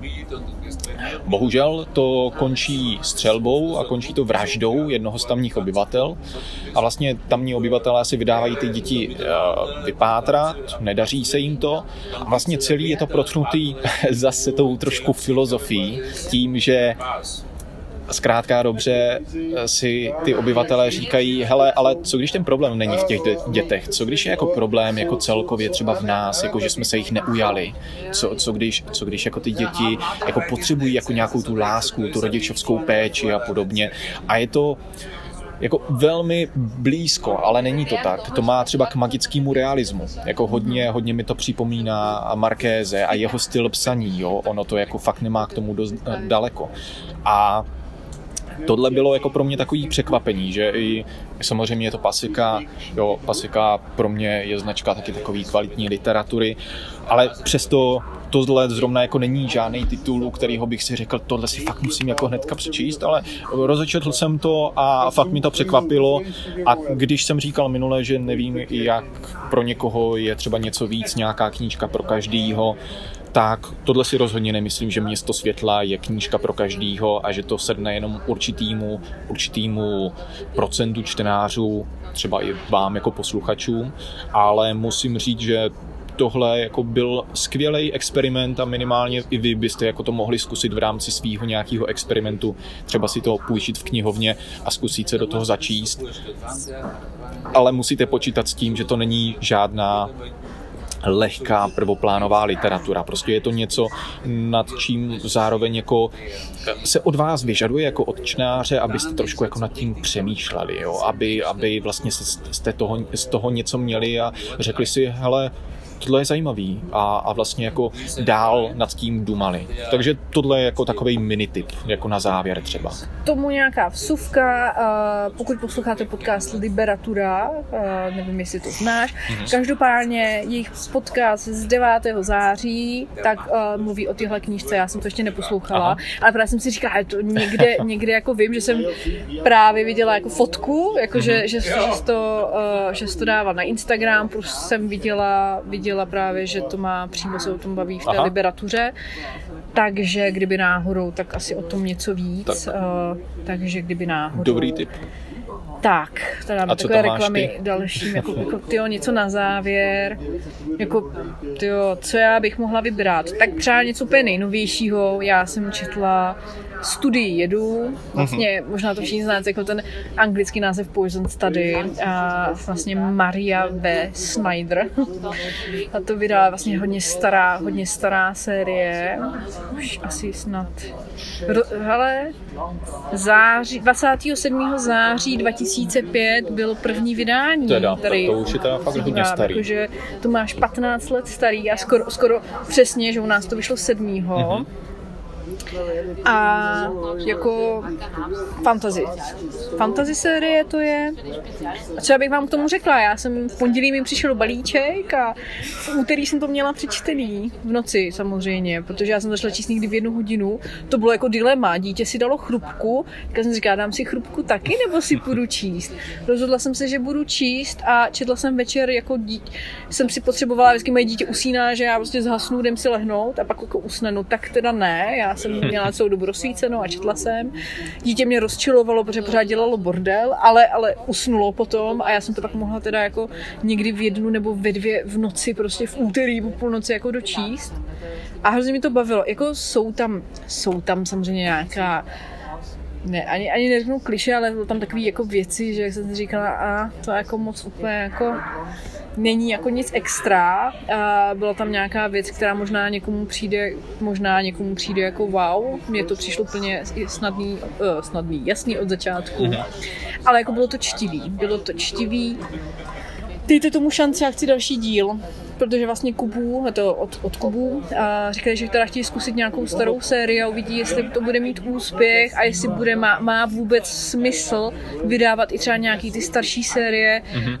Bohužel to končí střelbou a končí to vraždou jednoho z tamních obyvatel. A vlastně tamní obyvatelé si vydávají ty děti vypátrat, nedaří se jim to. A vlastně celý je to protnutý zase tou trošku filozofií, tím, že zkrátka dobře si ty obyvatelé říkají, hele, ale co když ten problém není v těch dětech? Co když je jako problém jako celkově třeba v nás, jako že jsme se jich neujali? Co když jako ty děti jako potřebují jako nějakou tu lásku, tu rodičovskou péči a podobně? A je to jako velmi blízko, ale není to tak. To má třeba k magickému realismu. Jako hodně mi to připomíná Markéze a jeho styl psaní, jo? Ono to jako fakt nemá k tomu dost daleko. A tohle bylo jako pro mě takový překvapení, že i samozřejmě je to Paseka, jo, Paseka pro mě je značka taky takový kvalitní literatury, ale přesto tohle zrovna jako není žádný titul, u kterého bych si řekl, tohle si fakt musím jako hnedka přečíst, ale rozečetl jsem to a fakt mi to překvapilo. A když jsem říkal minule, že nevím, jak pro někoho je třeba něco víc, nějaká knížka pro každýho, tak tohle si rozhodně nemyslím, že Město světla je knížka pro každýho a že to sedne jenom určitýmu procentu čtenářů, třeba i vám jako posluchačům, ale musím říct, že tohle jako byl skvělý experiment a minimálně i vy byste jako to mohli zkusit v rámci svýho nějakého experimentu, třeba si to půjčit v knihovně a zkusit se do toho začíst. Ale musíte počítat s tím, že to není žádná lehká prvoplánová literatura. Prostě je to něco, nad čím zároveň jako se od vás vyžaduje jako od čtenáře, abyste trošku jako nad tím přemýšleli, jo? Aby vlastně jste z toho něco měli a řekli si, hele, tohle je zajímavý a vlastně jako dál nad tím dumali. Takže tohle je jako takovej minitip, jako na závěr třeba. Tomu nějaká vsuvka, pokud posloucháte podcast Liberatura, nevím, jestli to znáš, každopádně jejich podcast z 9. září, tak mluví o téhle knížce, já jsem to ještě neposlouchala, ale právě jsem si říkala, že to někde jako vím, že jsem právě viděla jako fotku, jako že to dával na Instagram, plus jsem viděla právě, že to má přímo se o tom baví v té Liberatuře, takže kdyby náhodou, tak asi o tom něco víc, takže kdyby náhodou. Dobrý tip. Tak, to dáme takové reklamy dalším, jako něco na závěr, jako co já bych mohla vybrat, tak třeba něco úplně nejnovějšího, já jsem četla Studii jedu, vlastně možná to všichni znáte, jako ten anglický název Poison Study a vlastně Maria V. Snyder. A to vydala vlastně hodně stará série, už asi snad, hele, 27. září 2005 bylo první vydání. Teda, tady, to už je teda fakt hodně starý. Takže to máš 15 let starý a skoro přesně, že u nás to vyšlo 7. A jako fantasy série to je. A třeba bych vám k tomu řekla, já jsem v pondělí mi přišel balíček a v úterý jsem to měla přečtený v noci samozřejmě, protože já jsem začala číst někdy v 1 hodinu. To bylo jako dilema, dítě si dalo chrupku, tak jsem říkala, dám si chrupku taky nebo si budu číst. Rozhodla jsem se, že budu číst a četla jsem večer jako jsem si potřebovala, vždycky moje dítě usíná, že já prostě zhasnu, jdem si lehnout a pak jako usnenu, tak teda ne, já jsem měla celou dobu rozsvícenou a četla jsem. Dítě mě rozčilovalo, protože pořád dělalo bordel, ale usnulo potom a já jsem to pak mohla teda jako někdy v 1 nebo ve 2 v noci, prostě v úterý po půlnoci jako dočíst. A hrozně mi to bavilo. Jako jsou tam samozřejmě nějaká ne, ani neřeknu kliše, ale bylo tam takový jako věci, že jak jsem si říkala, a to jako moc úplně jako není jako nic extra. A byla tam nějaká věc, která možná někomu přijde jako wow. Mně to přišlo úplně snadný, jasný od začátku. Ale jako bylo to čtivý. Dejte tomu šanci, já chci další díl. Protože vlastně Kubu, to od Kubu, říkali, že teda chtějí zkusit nějakou starou sérii a uvidí, jestli to bude mít úspěch a jestli má vůbec smysl vydávat i třeba nějaký ty starší série,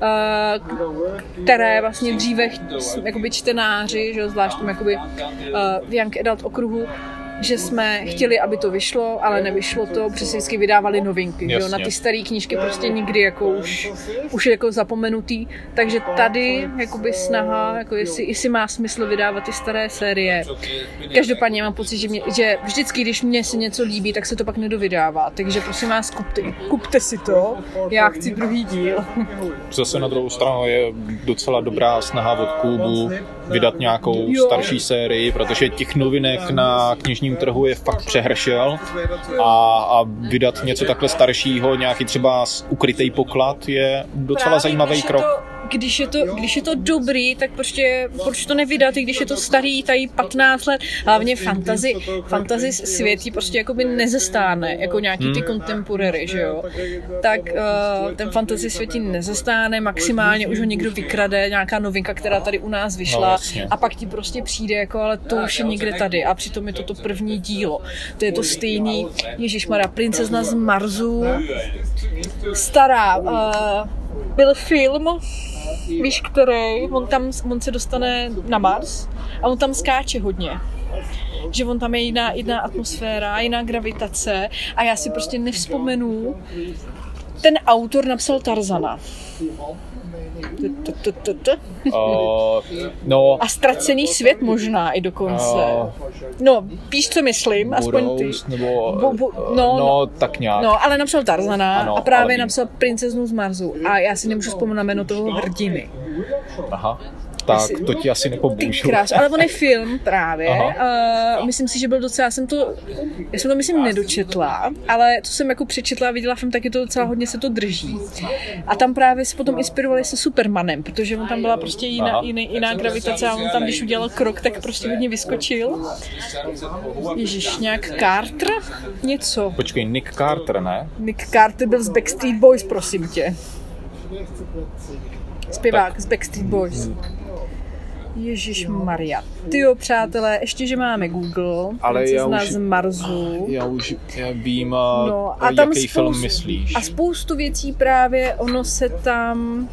které vlastně dříve jakoby čtenáři, že zvlášť tom jakoby v Young Adult okruhu, že jsme chtěli, aby to vyšlo, ale nevyšlo to, protože se vždycky vydávali novinky. Jo? Na ty staré knížky prostě nikdy jako už je jako zapomenutý. Takže tady jakoby snaha, jako jestli má smysl vydávat ty staré série. Každopádně mám pocit, že vždycky, když mně se něco líbí, tak se to pak nedovydává. Takže prosím vás, kupte si to. Já chci druhý díl. Zase na druhou stranu je docela dobrá snaha od klubu vydat nějakou starší sérii, protože těch novinek na knižním trhu je fakt přehršel a vydat něco takhle staršího, nějaký třeba ukrytý poklad je docela zajímavý krok. Když je to dobrý, tak proč to nevydat, i když je to starý, tady 15 let, hlavně fantasy svět jí prostě jakoby nezestáne, jako nějaký ty contemporary, že jo. Tak ten fantasy svět jí nezestáne, maximálně už ho někdo vykrade, nějaká novinka, která tady u nás vyšla a pak ti prostě přijde, jako, ale to už je někde tady a přitom je to první dílo. To je to stejný, ježišmarja, Princezna z Marsu, stará, byl film, víš který, on se dostane na Mars a on tam skáče hodně. Že on tam je jiná atmosféra, jiná gravitace a já si prostě nevzpomenu, ten autor napsal Tarzana. A Ztracený svět možná i dokonce. No, víš, co myslím? Aspoň ty. Tak nějak. No, ale napsal Tarzana a právě napsal Princeznu z Marsu. A já si nemůžu vzpomenout na jméno toho hrdiny. Aha. Tak to ti asi nepomůžu. Ale on je film právě. Myslím si, že byl docela, já jsem to myslím nedočetla, ale co jsem jako přečetla a viděla film, tak je to docela hodně se to drží. A tam právě se potom inspirovali se Supermanem, protože on tam byla prostě jiná gravitace a on tam, když udělal krok, tak prostě hodně vyskočil. Ježiš, nějak Carter? Něco. Počkej, Nick Carter, ne? Nick Carter byl z Backstreet Boys, prosím tě. Zpěvák z Backstreet Boys. Ježišmarja. Tyjo, přátelé, ještě, že máme Google, Princezna z Marsu. Já vím, a jaký film myslíš. A spoustu věcí právě, ono se tam...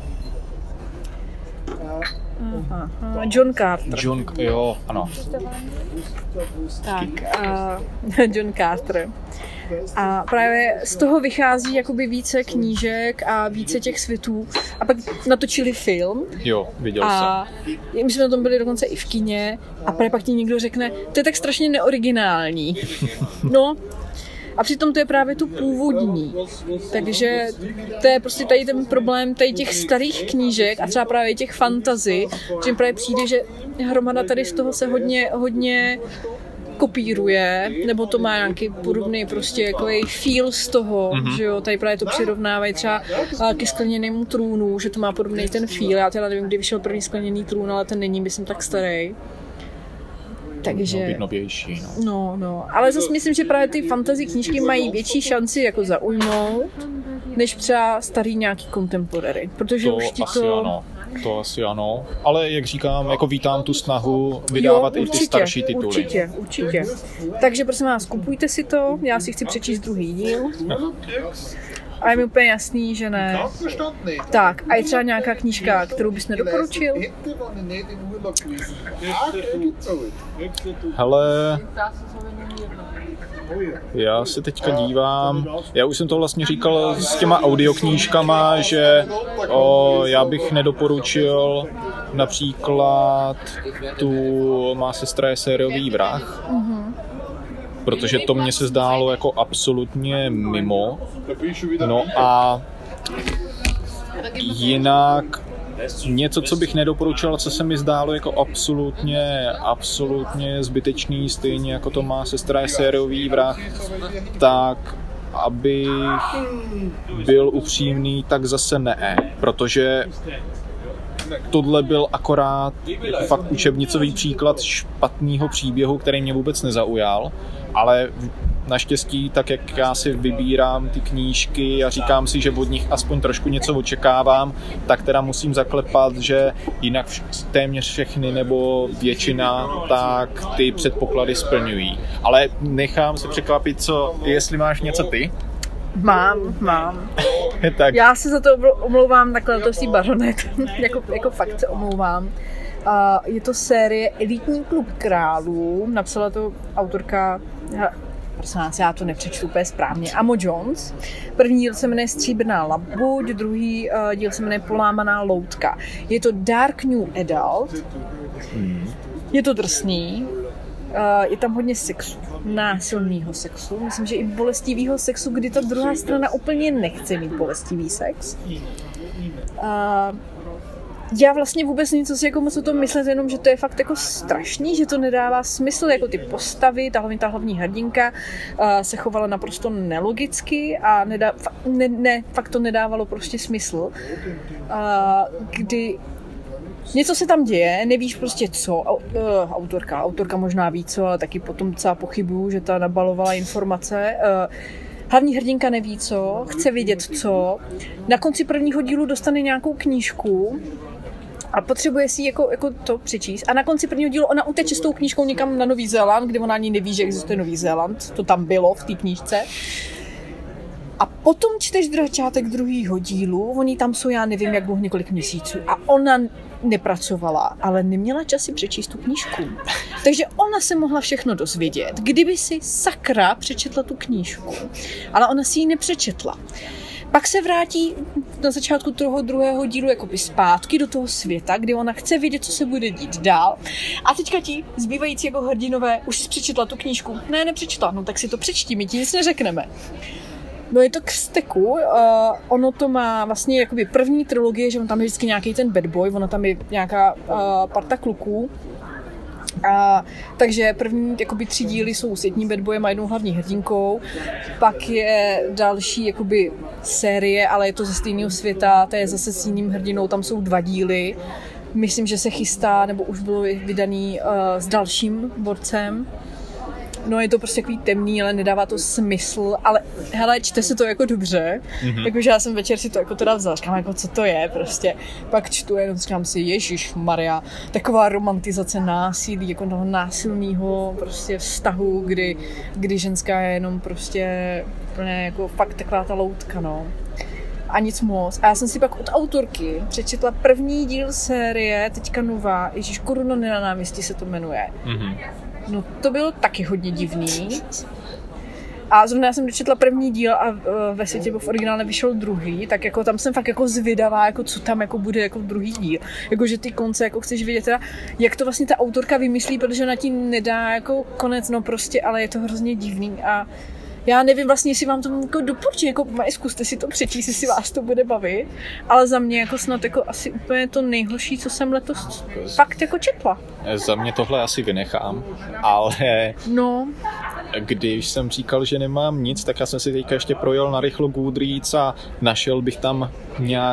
John Carter. Jo, ano. Tak, John Carter. A právě z toho vychází jakoby více knížek a více těch světů. A pak natočili film. Jo, viděl jsem. My jsme na tom byli dokonce i v kině. A právě pak ti někdo řekne, to je tak strašně neoriginální. No, a přitom to je právě tu původní. Takže to je prostě tady ten problém tady těch starých knížek a třeba právě těch fantasy, že mi právě přijde, že hromada tady z toho se hodně kopíruje, nebo to má nějaký podobný prostě jako feel z toho, že jo, tady právě to přirovnávají třeba ke Skleněnému trůnu, že to má podobný ten feel. Já teda nevím, kdy vyšel první Skleněný trůn, ale ten není, myslím, tak starý. Takže... novější, no. Ale zase myslím, že právě ty fantasy knížky mají větší šanci jako zaujmout, než třeba starý nějaký contemporary. Protože to už ti asi to... Ano. To asi ano, ale jak říkám, jako vítám tu snahu vydávat i ty starší tituly. Určitě. Takže prosím vás, kupujte si to, já si chci přečíst druhý díl. A je mi úplně jasný, že ne. Tak, a je třeba nějaká knížka, kterou bys nedoporučil? Hele, já se teďka dívám, já už jsem to vlastně říkal s těma audioknížkama, že já bych nedoporučil například tu Má sestra je sériový vrah, protože to mně se zdálo jako absolutně mimo. No a jinak něco, co bych nedoporučil, co se mi zdálo jako absolutně zbytečný, stejně jako to Má sestra je sériový vrah, tak abych byl upřímný, tak zase ne, protože tohle byl akorát jako fakt učebnicový příklad špatného příběhu, který mě vůbec nezaujal, ale naštěstí, tak jak já si vybírám ty knížky a říkám si, že od nich aspoň trošku něco očekávám, tak teda musím zaklepat, že jinak téměř všechny nebo většina, tak ty předpoklady splňují. Ale nechám se překvapit, jestli máš něco ty? Mám. Tak. Já se za to omlouvám nakladatelství Baronet, jako fakt se omlouvám. Je to série Elitní klub králů, napsala to autorka, prosím vás, já to nepřečtu úplně správně, Amo Jones. První díl se jmenuje Stříbrná labuť, druhý díl se jmenuje Polámaná loutka. Je to dark new adult, je to drsný, je tam hodně sexu, násilného sexu, myslím, že i bolestivého sexu, kdy ta druhá strana úplně nechce mít bolestivý sex. Já vlastně vůbec něco si jako moc o tom myslet, jenom, že to je fakt jako strašný, že to nedává smysl, jako ty postavy, ta hlavní hrdinka se chovala naprosto nelogicky a fakt to nedávalo prostě smysl, kdy něco se tam děje, nevíš prostě co, autorka možná ví co, ale taky potom docela pochybuju, že ta nabalovala informace. Hlavní hrdinka neví co, chce vědět co, na konci prvního dílu dostane nějakou knížku a potřebuje si jako to přečíst. A na konci prvního dílu ona uteče s tou knížkou někam na Nový Zéland, kde ona ani neví, že existuje Nový Zéland. To tam bylo v té knížce. A potom čteš začátek druhého dílu, oni tam jsou, já nevím, jak dlouho, několik měsíců. A ona nepracovala, ale neměla čas si přečíst tu knížku. Takže ona se mohla všechno dozvědět, kdyby si sakra přečetla tu knížku. Ale ona si ji nepřečetla. Pak se vrátí na začátku toho druhého dílu jakoby zpátky do toho světa, kdy ona chce vědět, co se bude dít dál. A teďka ti zbývající jako hrdinové, už jsi přečetla tu knížku? Ne, nepřečetla. No tak si to přečti, my ti nic neřekneme. No je to k steku, ono to má vlastně jakoby první trilogie, že on tam je vždycky nějaký ten bad boy, ona tam je nějaká parta kluků. Takže první jakoby 3 díly jsou s jedním bad boyem a jednou hlavní hrdinkou. Pak je další jakoby série, ale je to ze stejného světa, to je zase s jiným hrdinou, tam jsou 2 díly. Myslím, že se chystá, nebo už bylo vydaný s dalším borcem. No je to prostě takový temný, ale nedává to smysl, ale hele, čte se to jako dobře, jakože já jsem večer si to jako teda vzal, říkám jako co to je prostě, pak čtu jenom říkám si ježišmarja, taková romantizace násilí, jako toho násilného prostě vztahu, kdy ženská je jenom prostě plně jako fakt taková ta loutka, no. A nic moc. A já jsem si pak od autorky přečetla první díl série, teďka nová, Ježíš, Koruna nenávisti se to jmenuje. No to bylo taky hodně divný. A zrovna já jsem dočetla první díl a ve světě v originále vyšel druhý, tak jako tam jsem fakt jako zvědavá, jako co tam jako bude jako druhý díl. Jakože ty konce jako chceš vědět teda, jak to vlastně ta autorka vymyslí, protože ona ti nedá jako konec, no prostě, ale je to hrozně divný a já nevím vlastně, jestli vám to jako doporučím, jako zkuste si to přečíst, jestli vás to bude bavit, ale za mě jako snad jako asi úplně to nejhorší, co jsem letos fakt jako četla. Za mě tohle asi vynechám, ale když jsem říkal, že nemám nic, tak já jsem si teďka ještě projel narychlo Goodreads a našel bych tam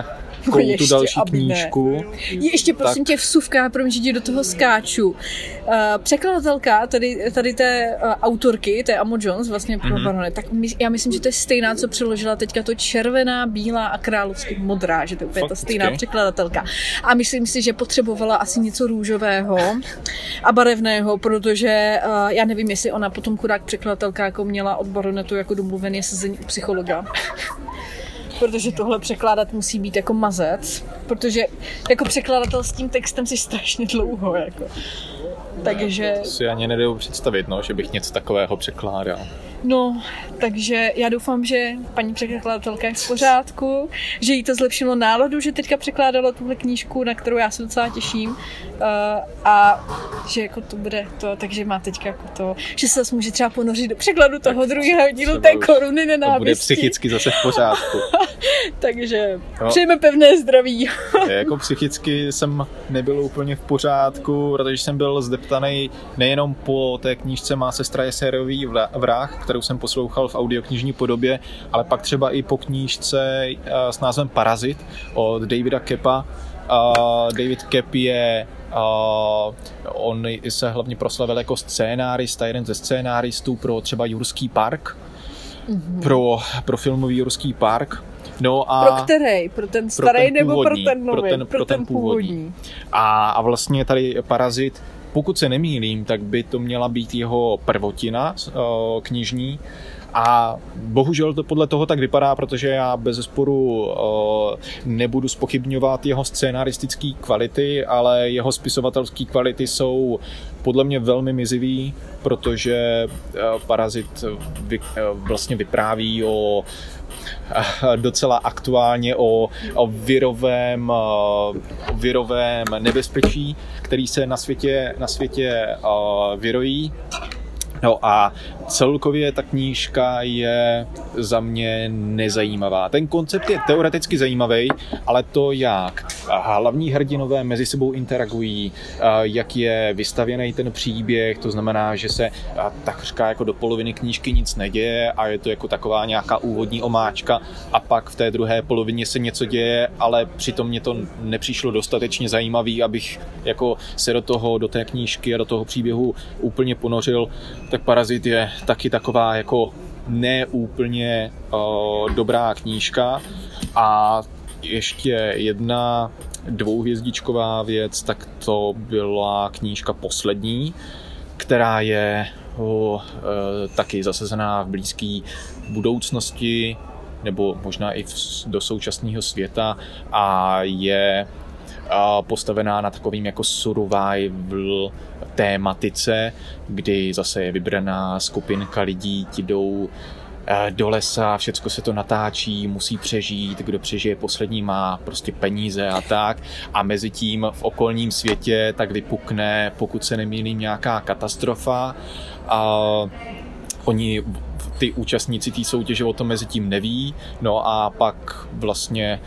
nějakou tu další knížku. Ještě prosím tě vsuvka, promiň, že ti do toho skáču. Překladatelka tady té autorky, té Amo Jones, vlastně pro Barony, tak já myslím, že to je stejná, co přeložila teďka to Červená, bílá a královsky modrá, že to je úplně ta stejná překladatelka. A myslím si, že potřebovala asi něco růžového a barevného, protože já nevím, jestli ona potom chudák překladatelka jako měla od Baronetu jako domluvený sezení u psychologa. Protože tohle překládat musí být jako mazec, protože jako překladatel s tím textem si strašně dlouho, jako. Takže... To si ani nedou představit, no, že bych něco takového překládal. No, takže já doufám, že paní překladatelka je v pořádku, že jí to zlepšilo náladu, že teďka překládala tuhle knížku, na kterou já se docela těším, a že jako to bude to, takže má teďka jako to, že se zase může třeba ponořit do překladu toho druhého dílu té Koruny nenávisti. To bude psychicky zase v pořádku. Takže přejeme pevné zdraví. Jako psychicky jsem nebyl úplně v pořádku, protože jsem byl zdeptaný nejenom po té knížce Má sestra je sériový vrah, kterou jsem poslouchal v audioknižní podobě, ale pak třeba i po knížce s názvem Parazit od Davida Kepa. David Kep je on se hlavně proslavil jako scénárista, jeden ze scénáristů pro třeba Jurský park, pro filmový Jurský park. No a pro který? Pro ten starý nebo pro ten nový? Pro ten původní. A vlastně tady Parazit, pokud se nemýlím, tak by to měla být jeho prvotina knižní. A bohužel to podle toho tak vypadá, protože já bezesporu nebudu zpochybňovat jeho scénaristické kvality, ale jeho spisovatelské kvality jsou podle mě velmi mizivý, protože Parazit vlastně vypráví o docela aktuálně o virovém nebezpečí, který se na světě vyrojí. No a celkově ta knížka je za mě nezajímavá. Ten koncept je teoreticky zajímavý, ale to, jak hlavní hrdinové mezi sebou interagují, jak je vystavěný ten příběh, to znamená, že se takřka jako do poloviny knížky nic neděje a je to jako taková nějaká úvodní omáčka a pak v té druhé polovině se něco děje, ale přitom mě to nepřišlo dostatečně zajímavý, abych jako se do té knížky a do toho příběhu úplně ponořil. Tak Parazit je taky taková jako neúplně dobrá knížka. A ještě jedna dvouhvězdičková věc, tak to byla knížka Poslední, která je taky zasazená v blízké budoucnosti, nebo možná i do současného světa a je postavená na takovým jako survival tématice, kdy zase je vybraná skupinka lidí, ti jdou do lesa, všecko se to natáčí, musí přežít, kdo přežije poslední má prostě peníze a tak. A mezi tím v okolním světě tak vypukne, pokud se nemýlím, nějaká katastrofa. Oni, ty účastníci té soutěže o tom mezi tím neví, no a pak vlastně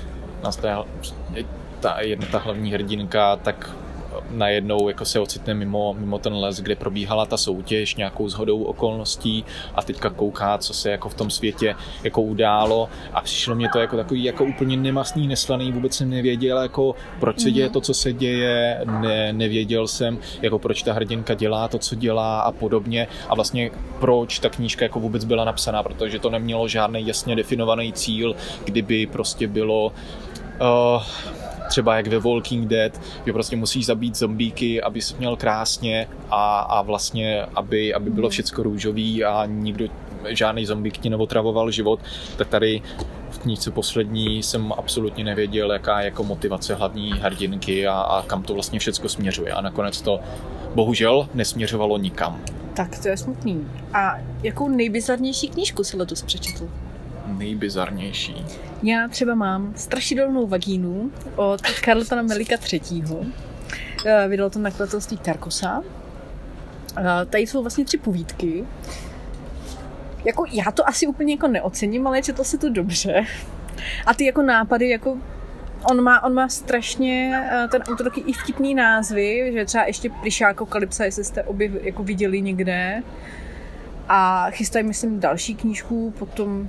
ta hlavní hrdinka tak najednou jako se ocitne mimo ten les, kde probíhala ta soutěž nějakou shodou okolností a teďka kouká, co se jako v tom světě jako událo a přišlo mě to jako takový jako úplně nemastný, neslaný, vůbec jsem nevěděl jako proč se děje to, co se děje, nevěděl jsem jako proč ta hrdinka dělá to, co dělá a podobně a vlastně proč ta knížka jako vůbec byla napsaná, protože to nemělo žádný jasně definovaný cíl, kdyby prostě bylo třeba jak ve Walking Dead, že prostě musíš zabít zombíky, aby se měl krásně a vlastně, aby bylo všecko růžový a nikdo, žádný zombík ti neotravoval život, tak tady v knížce Poslední jsem absolutně nevěděl, jaká je jako motivace hlavní hrdinky a kam to vlastně všecko směřuje a nakonec to bohužel nesměřovalo nikam. Tak to je smutný. A jakou nejbizarnější knížku si letos přečetl? Nejbizarnější. Já třeba mám Strašidelnou vagínu od Carltona Mellika III. Vydal to nakladatelství Tarkosa. Tady jsou vlastně 3 povídky. Jako, já to asi úplně jako neocením, ale četl se to dobře. A ty jako nápady, jako on má strašně ten autor taky i vtipný názvy, že třeba ještě Plišákokalypsa, jestli jste obě jako viděli někde. A chystají, myslím, další knížku, potom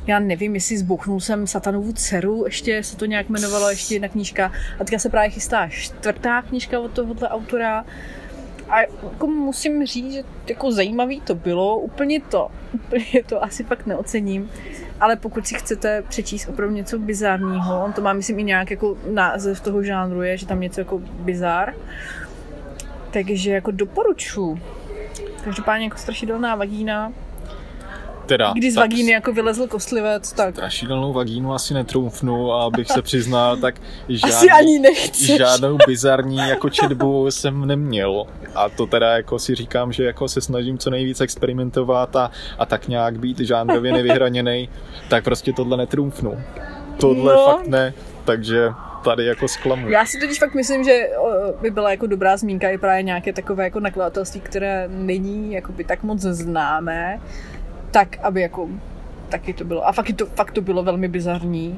já nevím, jestli zbouchnul jsem Satanovu dceru, ještě se to nějak jmenovalo, ještě jedna knížka. A teďka se právě chystá 4. knížka od tohoto autora. A jako musím říct, že jako zajímavý to bylo, úplně to asi fakt neocením. Ale pokud si chcete přečíst opravdu něco bizarního, on to má, myslím, i nějak jako název toho žánru je, že tam něco jako bizar. Takže jako doporučuji. Každopádně jako strašidelná vagína. Teda, když z vagíny jako vylezl kostlivec, tak... Strašidelnou vagínu asi netroufnu, a abych se přiznal, tak asi ani nechceš. Žádnou bizarní jako četbu jsem neměl. A to teda jako si říkám, že jako se snažím co nejvíc experimentovat a tak nějak být žánrově nevyhraněnej, tak prostě tohle netroufnu. Tohle fakt ne, takže tady jako zklamu. Já si totiž fakt myslím, že by byla jako dobrá zmínka i právě nějaké takové jako nakladatelství, které není jakoby tak moc známé, tak, aby jako taky to bylo. A fakt to bylo velmi bizarní.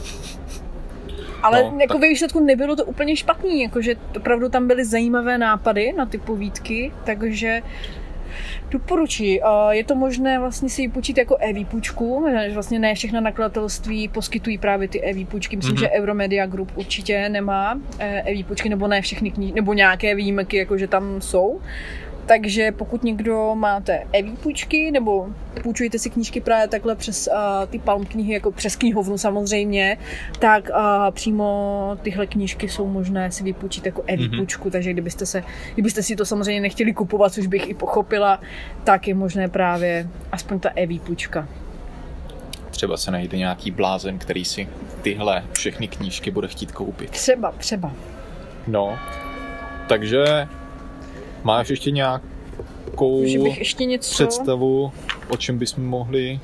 Ale jako ve výsledku nebylo to úplně špatný, jakože opravdu tam byly zajímavé nápady na ty povídky, takže doporučuji. Je to možné vlastně si ji půjčit jako e-výpůjčku, vlastně ne všechna nakladatelství poskytují právě ty e-výpůjčky. Myslím, že Euromedia Group určitě nemá e-výpůjčky, nebo ne všechny knihy, nebo nějaké výjimky, jakože tam jsou. Takže pokud někdo máte e-výpůjčky, nebo půjčujete si knížky právě takhle přes ty Palm knihy, jako přes knihovnu samozřejmě, tak přímo tyhle knížky jsou možné si vypůjčit jako e-výpůjčku, takže kdybyste si to samozřejmě nechtěli kupovat, což bych i pochopila, tak je možné právě aspoň ta e-výpůjčka. Třeba se najde nějaký blázen, který si tyhle všechny knížky bude chtít koupit. Třeba. No, takže máš ještě nějakou představu, o čem bychom mohli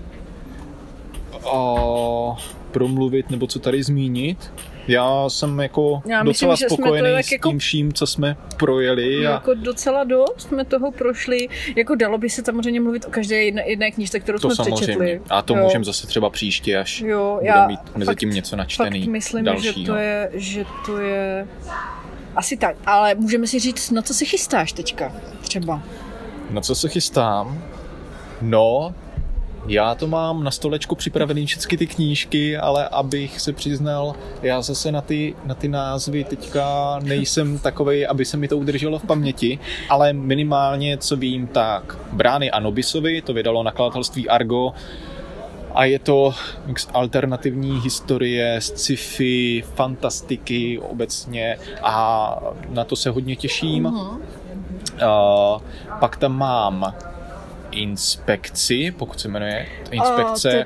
promluvit, nebo co tady zmínit? Já jsem jako docela spokojený s tím vším, co jsme projeli. Jako docela dost jsme toho prošli. Jako dalo by se samozřejmě mluvit o každé jedné knížce, kterou jsme přečetli. A to můžeme zase třeba příště, až budeme mít mezi tím něco načtený. Fakt myslím, dalšího. že to je asi tak, ale můžeme si říct, na co se chystáš teďka třeba? Na co se chystám? No, já to mám na stolečku připravený všechny ty knížky, ale abych se přiznal, já zase na ty názvy teďka nejsem takovej, aby se mi to udrželo v paměti, ale minimálně, co vím, tak Brány Anobisovi, to vydalo nakladatelství Argo, a je to alternativní historie, sci-fi, fantastiky obecně a na to se hodně těším. Pak tam mám Inspekci, pokud se jmenuje. Inspekce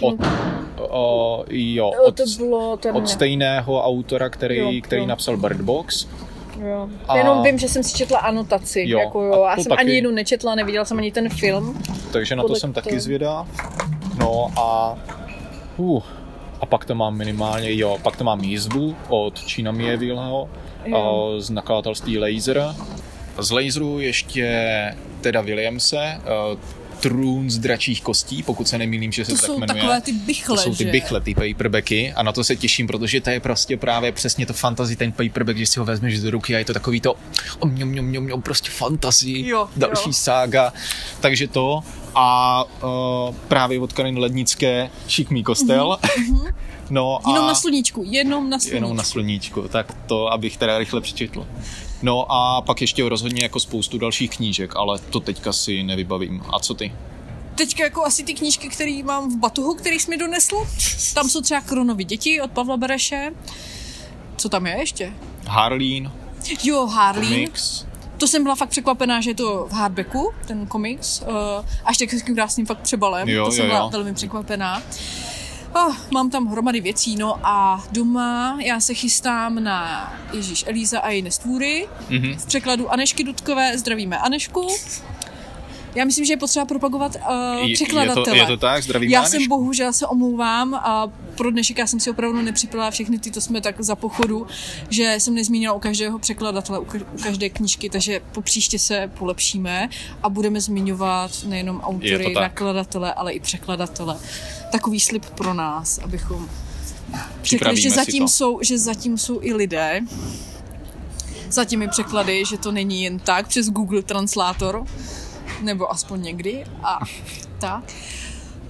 od stejného autora, který napsal Bird Box. Jo. Jenom vím, že jsem si četla anotaci. Já jsem ani jednu nečetla, neviděla jsem ani ten film. Takže na to jsem taky zvědav. No a pak to mám minimálně, pak to mám Jizbu od Čína Mievilleho z nakladatelství Laser. Z Laseru ještě teda Williamse, Trůn z dračích kostí, pokud se nemýlím, že se to tak jmenuje. To jsou takové ty bychle, to jsou ty bychle, ty paperbacky, a na to se těším, protože to je prostě právě přesně to fantasy, ten paperback, že si ho vezmeš do ruky a je to takový to prostě fantasy, další sága, takže to a právě od Karin Lednické Šikmý kostel. No a jenom na sluníčku, tak to, abych teda rychle přečetl. No a pak ještě rozhodně jako spoustu dalších knížek, ale to teďka si nevybavím. A co ty? Teďka jako asi ty knížky, které mám v batohu, který jsi mi donesl. Tam jsou třeba Kronovy děti od Pavla Bereše. Co tam je ještě? Harleen. Jo, Harleen. To jsem byla fakt překvapená, že je to v hardbacku, ten komiks. A ještě s krásným fakt přebalem. To jsem byla velmi překvapená. Mám tam hromady věcí, no a doma já se chystám na Elíza a její nestvůry. V překladu Anešky Dudkové, zdravíme Anešku. Já myslím, že je potřeba propagovat překladatele. Je to tak, zdravíme Já Anešku. jsem bohužel se omlouvám a pro dnešek já jsem si opravdu nepřipravila všechny tyto jsme tak za pochodu, že jsem nezmínila u každého překladatele, u každé knížky, takže po příště se polepšíme a budeme zmiňovat nejenom autory, nakladatele, ale i překladatele. Takový slib pro nás, abychom řekli, že zatím jsou i lidé za těmi překlady, že to není jen tak přes Google Translator, nebo aspoň někdy a tak.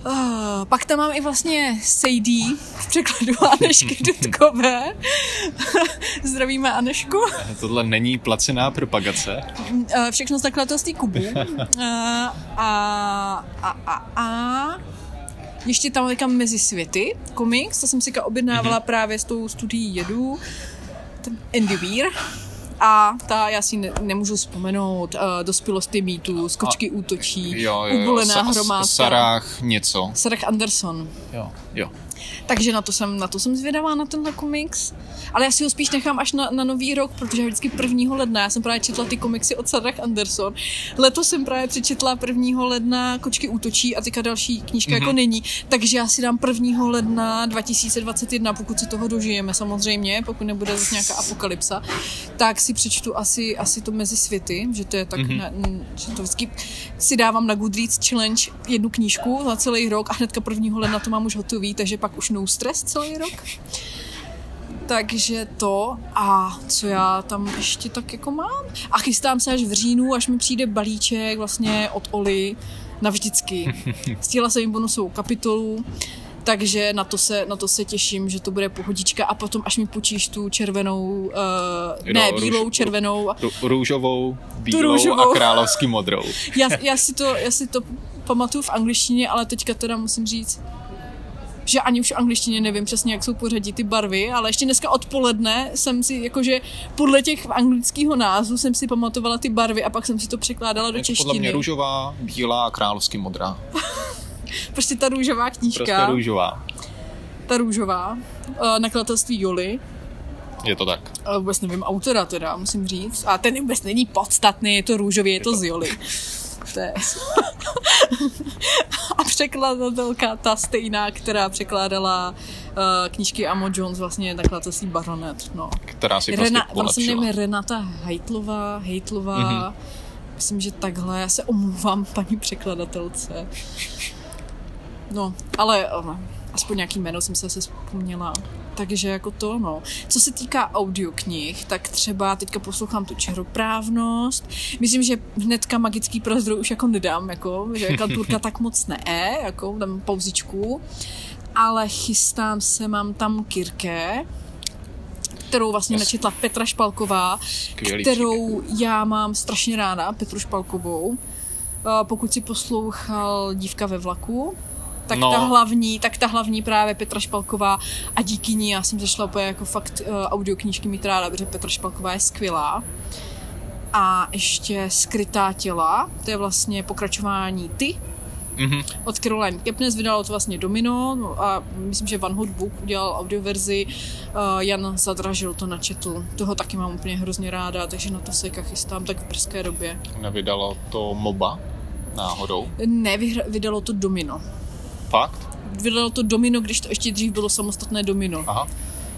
Pak tam mám i vlastně Sadie v překladu Anešky Dudkové. Zdravíme Anešku. Tohle není placená propagace. Všechno z nakladatelství Kubu. Ještě tam říkám Mezi světy komiks, to jsem si objednávala právě s tou studií Jedu. Andy Weir. A já si nemůžu vzpomenout, Dospělost je mýtus, Kočky útočí, Ubolená hromádka. Sarah Anderson. Jo. Takže na to jsem zvědavá, na tenhle komiks. Ale já si ho spíš nechám až na nový rok, protože vždycky 1. ledna. Já jsem právě četla ty komiksy od Sarah Anderson. Letos jsem právě přečetla 1. ledna Kočky útočí a teďka další knížka jako není. Takže já si dám 1. ledna 2021, pokud se toho dožijeme samozřejmě, pokud nebude zase nějaká apokalypsa, tak si přečtu asi to Mezi světy, že to je tak, že to vždycky si dávám na Goodreads Challenge 1 knížku za celý rok a hnedka 1. ledna to mám už hotový, takže pak už no stres celý rok. Takže to a co já tam ještě tak jako mám. A chystám se až v říjnu, až mi přijde balíček vlastně od Oli navždycky. Stihla jsem jim bonusovou kapitolu, takže na to se těším, že to bude pohodička a potom až mi počíš tu červenou, bílou, červenou. Růžovou, bílou a královsky modrou. Já si to pamatuju v angličtině, ale teďka teda musím říct, že ani už v angličtině nevím přesně, jak jsou pořadí ty barvy, ale ještě dneska odpoledne jsem si, jakože podle těch anglického názvu jsem si pamatovala ty barvy a pak jsem si to překládala do češtiny. Podle mě růžová, bílá a královsky modrá. Prostě ta růžová knížka. Prostě růžová. Ta růžová. Nakladatelství Joli. Je to tak. Vůbec nevím autora teda, musím říct. A ten vůbec není podstatný, je to růžově, je to z Joli. A překladatelka ta stejná, která překládala knížky Amo Jones, vlastně nakladatelství Baronet. No. Která si prostě polepšila. Vlastně Renata Hejtlová. Myslím, že takhle. Já se omlouvám paní překladatelce. No, ale aspoň nějaký jméno jsem se vzpomněla. Takže jako to, no. Co se týká audioknih, tak třeba teďka poslouchám tu Čaroprávnost. Myslím, že hnedka Magický prozdroj už jako nedám, jako, že kanturka tak moc ne, jako dám pauzičku. Ale chystám se, mám tam Kirke, kterou vlastně načetla Petra Špalková, kterou já mám strašně ráda, Petru Špalkovou. Pokud si poslouchal Dívka ve vlaku, tak ta hlavní právě Petra Špalková a díky ní já jsem zašla úplně jako fakt audioknížky mít ráda, protože Petra Špalková je skvělá. A ještě Skrytá těla, to je vlastně pokračování Ty, od Caroline Kepnes, vydalo to vlastně Domino a myslím, že Van Hot Book udělal audioverzi, Jan Zadražil to načetl, toho taky mám úplně hrozně ráda, takže na to se chystám tak v brzké době. Nevydalo to MOBA náhodou? Ne, vydalo to Domino. Fakt? Vydalo to Domino, když to ještě dřív bylo samostatné Domino. Aha.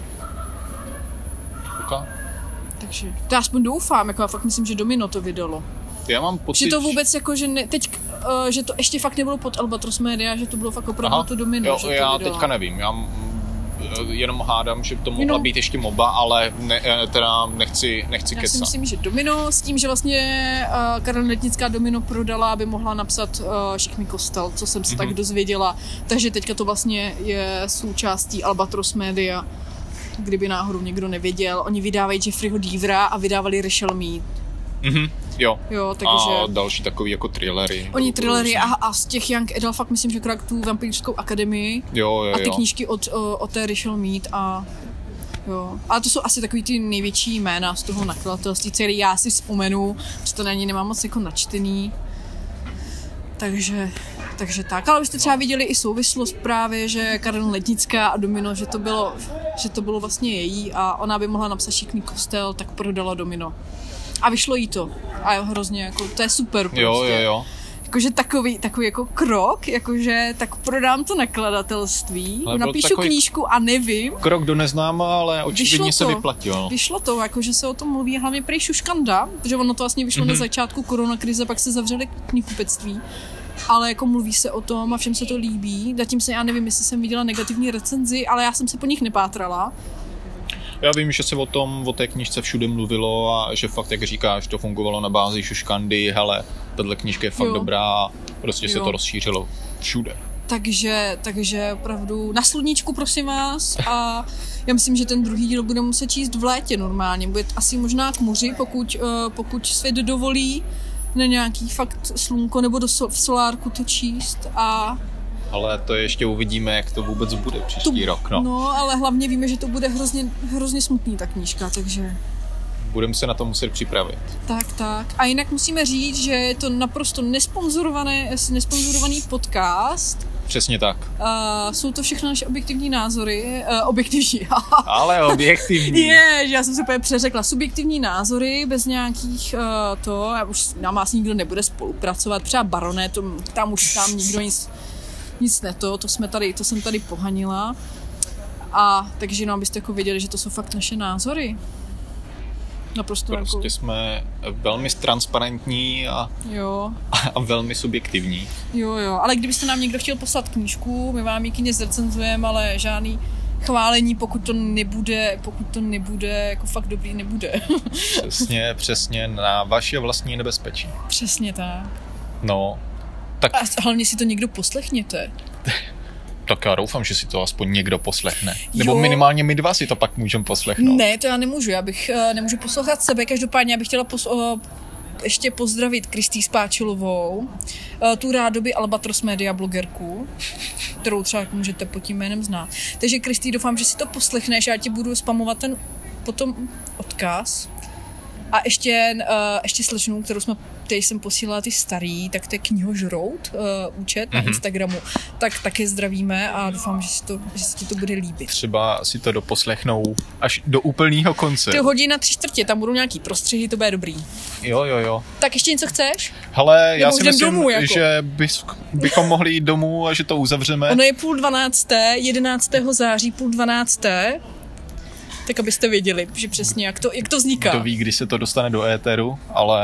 Okay. Takže to já aspoň doufám, jako já fakt myslím, že Domino to vydalo. Já mám pocit, že to vůbec jako, že že to ještě fakt nebylo pod Albatros Media, že to bylo fakt opravdu to Domino. Jo, že to já vydalo. Teďka nevím, já jenom hádám, že to mohla být ještě MOBA, ale teda nechci kecat. Já si myslím, že Domino, s tím, že vlastně Karolina Letnická Domino prodala, aby mohla napsat Šikmý kostel, co jsem se tak dozvěděla. Takže teďka to vlastně je součástí Albatros Media, kdyby náhodou někdo nevěděl. Oni vydávají Jeffreyho Deavera a vydávali Rachel Mead. Jo, takže a další takový jako thrillery. Oni thrillery a z těch Young Adult fakt myslím, že krát tu Vampírskou akademii a ty knížky od té Rachel Mead a jo. Ale to jsou asi takový ty největší jména z toho nakladatelství, který já si vzpomenu, že to na ní nemám moc jako načtený. Takže tak, ale byste třeba viděli i souvislost právě, že Karolina Letnická a Domino, že to bylo vlastně její a ona by mohla napsat Šikmý kostel, tak prodala Domino. A vyšlo jí to. A jo, hrozně, jako, to je super prostě. Jo. Jakože takový jako krok, jakože tak prodám to nakladatelství, napíšu knížku a nevím. Krok do neznáma, ale očividně se vyplatil. Vyšlo to, jakože se o tom mluví, hlavně prej šuškanda, protože ono to vlastně vyšlo na začátku koronakrize, pak se zavřeli knihkupectví. Ale jako mluví se o tom a všem se to líbí. Zatím se já nevím, jestli jsem viděla negativní recenzi, ale já jsem se po nich nepátrala. Já vím, že se o té knížce všude mluvilo a že fakt, jak říkáš, to fungovalo na bázi šuškandy, hele, tato knížka je fakt dobrá a prostě se to rozšířilo všude. Takže opravdu na sluníčku, prosím vás, a já myslím, že ten druhý díl budeme muset číst v létě normálně. Bude asi možná k moři, pokud svět dovolí na nějaký fakt slunko nebo v solárku to číst a... Ale to ještě uvidíme, jak to vůbec bude příští rok, no. No, ale hlavně víme, že to bude hrozně smutný ta knížka, takže... Budeme se na to muset připravit. Tak. A jinak musíme říct, že je to naprosto nesponzorovaný podcast. Přesně tak. Jsou to všechno naše objektivní názory. Objektivní. Ale objektivní. Je, že já jsem se úplně přeřekla. Subjektivní názory, bez nějakých už nám nikdo nebude spolupracovat. Třeba Baroné, tam nikdo nic to jsem tady pohanila. A takže jenom abyste jako věděli, že to jsou fakt naše názory. Naprosto prostě jsme velmi transparentní a velmi subjektivní. Jo, ale kdybyste nám někdo chtěl poslat knížku, my vám ji klidně zrecenzujeme, ale žádný chválení, pokud to nebude, jako fakt dobrý nebude. Přesně na vaše vlastní nebezpečí. Přesně tak. No, tak... A hlavně si to někdo poslechněte. Tak já doufám, že si to aspoň někdo poslechne. Nebo minimálně my dva si to pak můžeme poslechnout. Ne, to já nemůžu. Nemůžu poslouchat sebe. Každopádně já bych chtěla ještě pozdravit Kristý Spáčilovou, tu rádoby Albatros Media blogerku, kterou třeba můžete pod tím jménem znát. Takže Kristý, doufám, že si to poslechneš. Já ti budu spamovat ten potom odkaz. A ještě slečnu, kterou jsem posílala ty starý, tak to je Knihožrout, účet na Instagramu. Tak taky zdravíme a doufám, že si ti to bude líbit. Třeba si to doposlechnou až do úplného konce. Ty hodí na 3/4, tam budou nějaký prostřihy, to bude dobrý. Jo. Tak ještě něco chceš? Hele, já si myslím, domů, jako. Že bychom mohli jít domů a že to uzavřeme. Ono je 11:30, 11. září 11:30. Tak abyste věděli, že přesně jak to vzniká. Kdo ví, kdy se to dostane do éteru,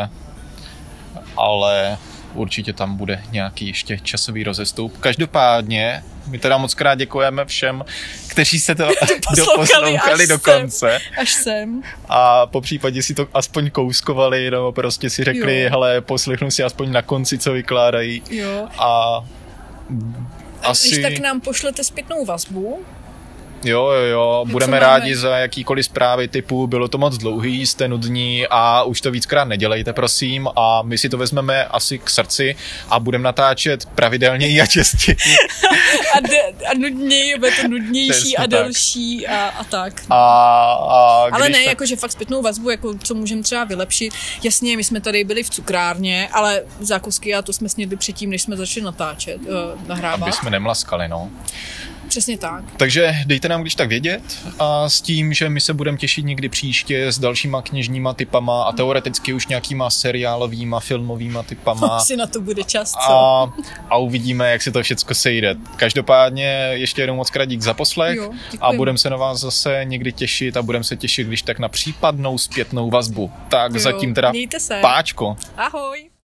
ale určitě tam bude nějaký ještě časový rozestup. Každopádně my teda moc krát děkujeme všem, kteří se to doposlouchali do konce. Až sem. A po případě si to aspoň kouskovali, nebo prostě si řekli, hele, poslechnu si aspoň na konci, co vykládají. Jo. A asi... Když tak nám pošlete zpětnou vazbu. Jo, budeme rádi za jakýkoliv zprávy typu bylo to moc dlouhý, jste nudní a už to víckrát nedělejte, prosím, a my si to vezmeme asi k srdci a budeme natáčet pravidelněji a častěji. a nudněji, bude to nudnější a delší a tak. Ale ne, jakože fakt zpětnou vazbu, jako co můžeme třeba vylepšit. Jasně, my jsme tady byli v cukrárně, ale zákusky a to jsme snědli předtím, než jsme začali nahrávat. Aby jsme nemlaskali, no. Přesně tak. Takže dejte nám když tak vědět a s tím, že my se budeme těšit někdy příště s dalšíma knižníma typama a teoreticky už nějakýma seriálovýma, filmovýma typama. Asi na to bude čas, co? A uvidíme, jak se to všecko sejde. Každopádně ještě jednou moc krát dík za poslech a budeme se na vás zase někdy těšit a budeme se těšit když tak na případnou zpětnou vazbu. Tak zatím teda páčko. Ahoj.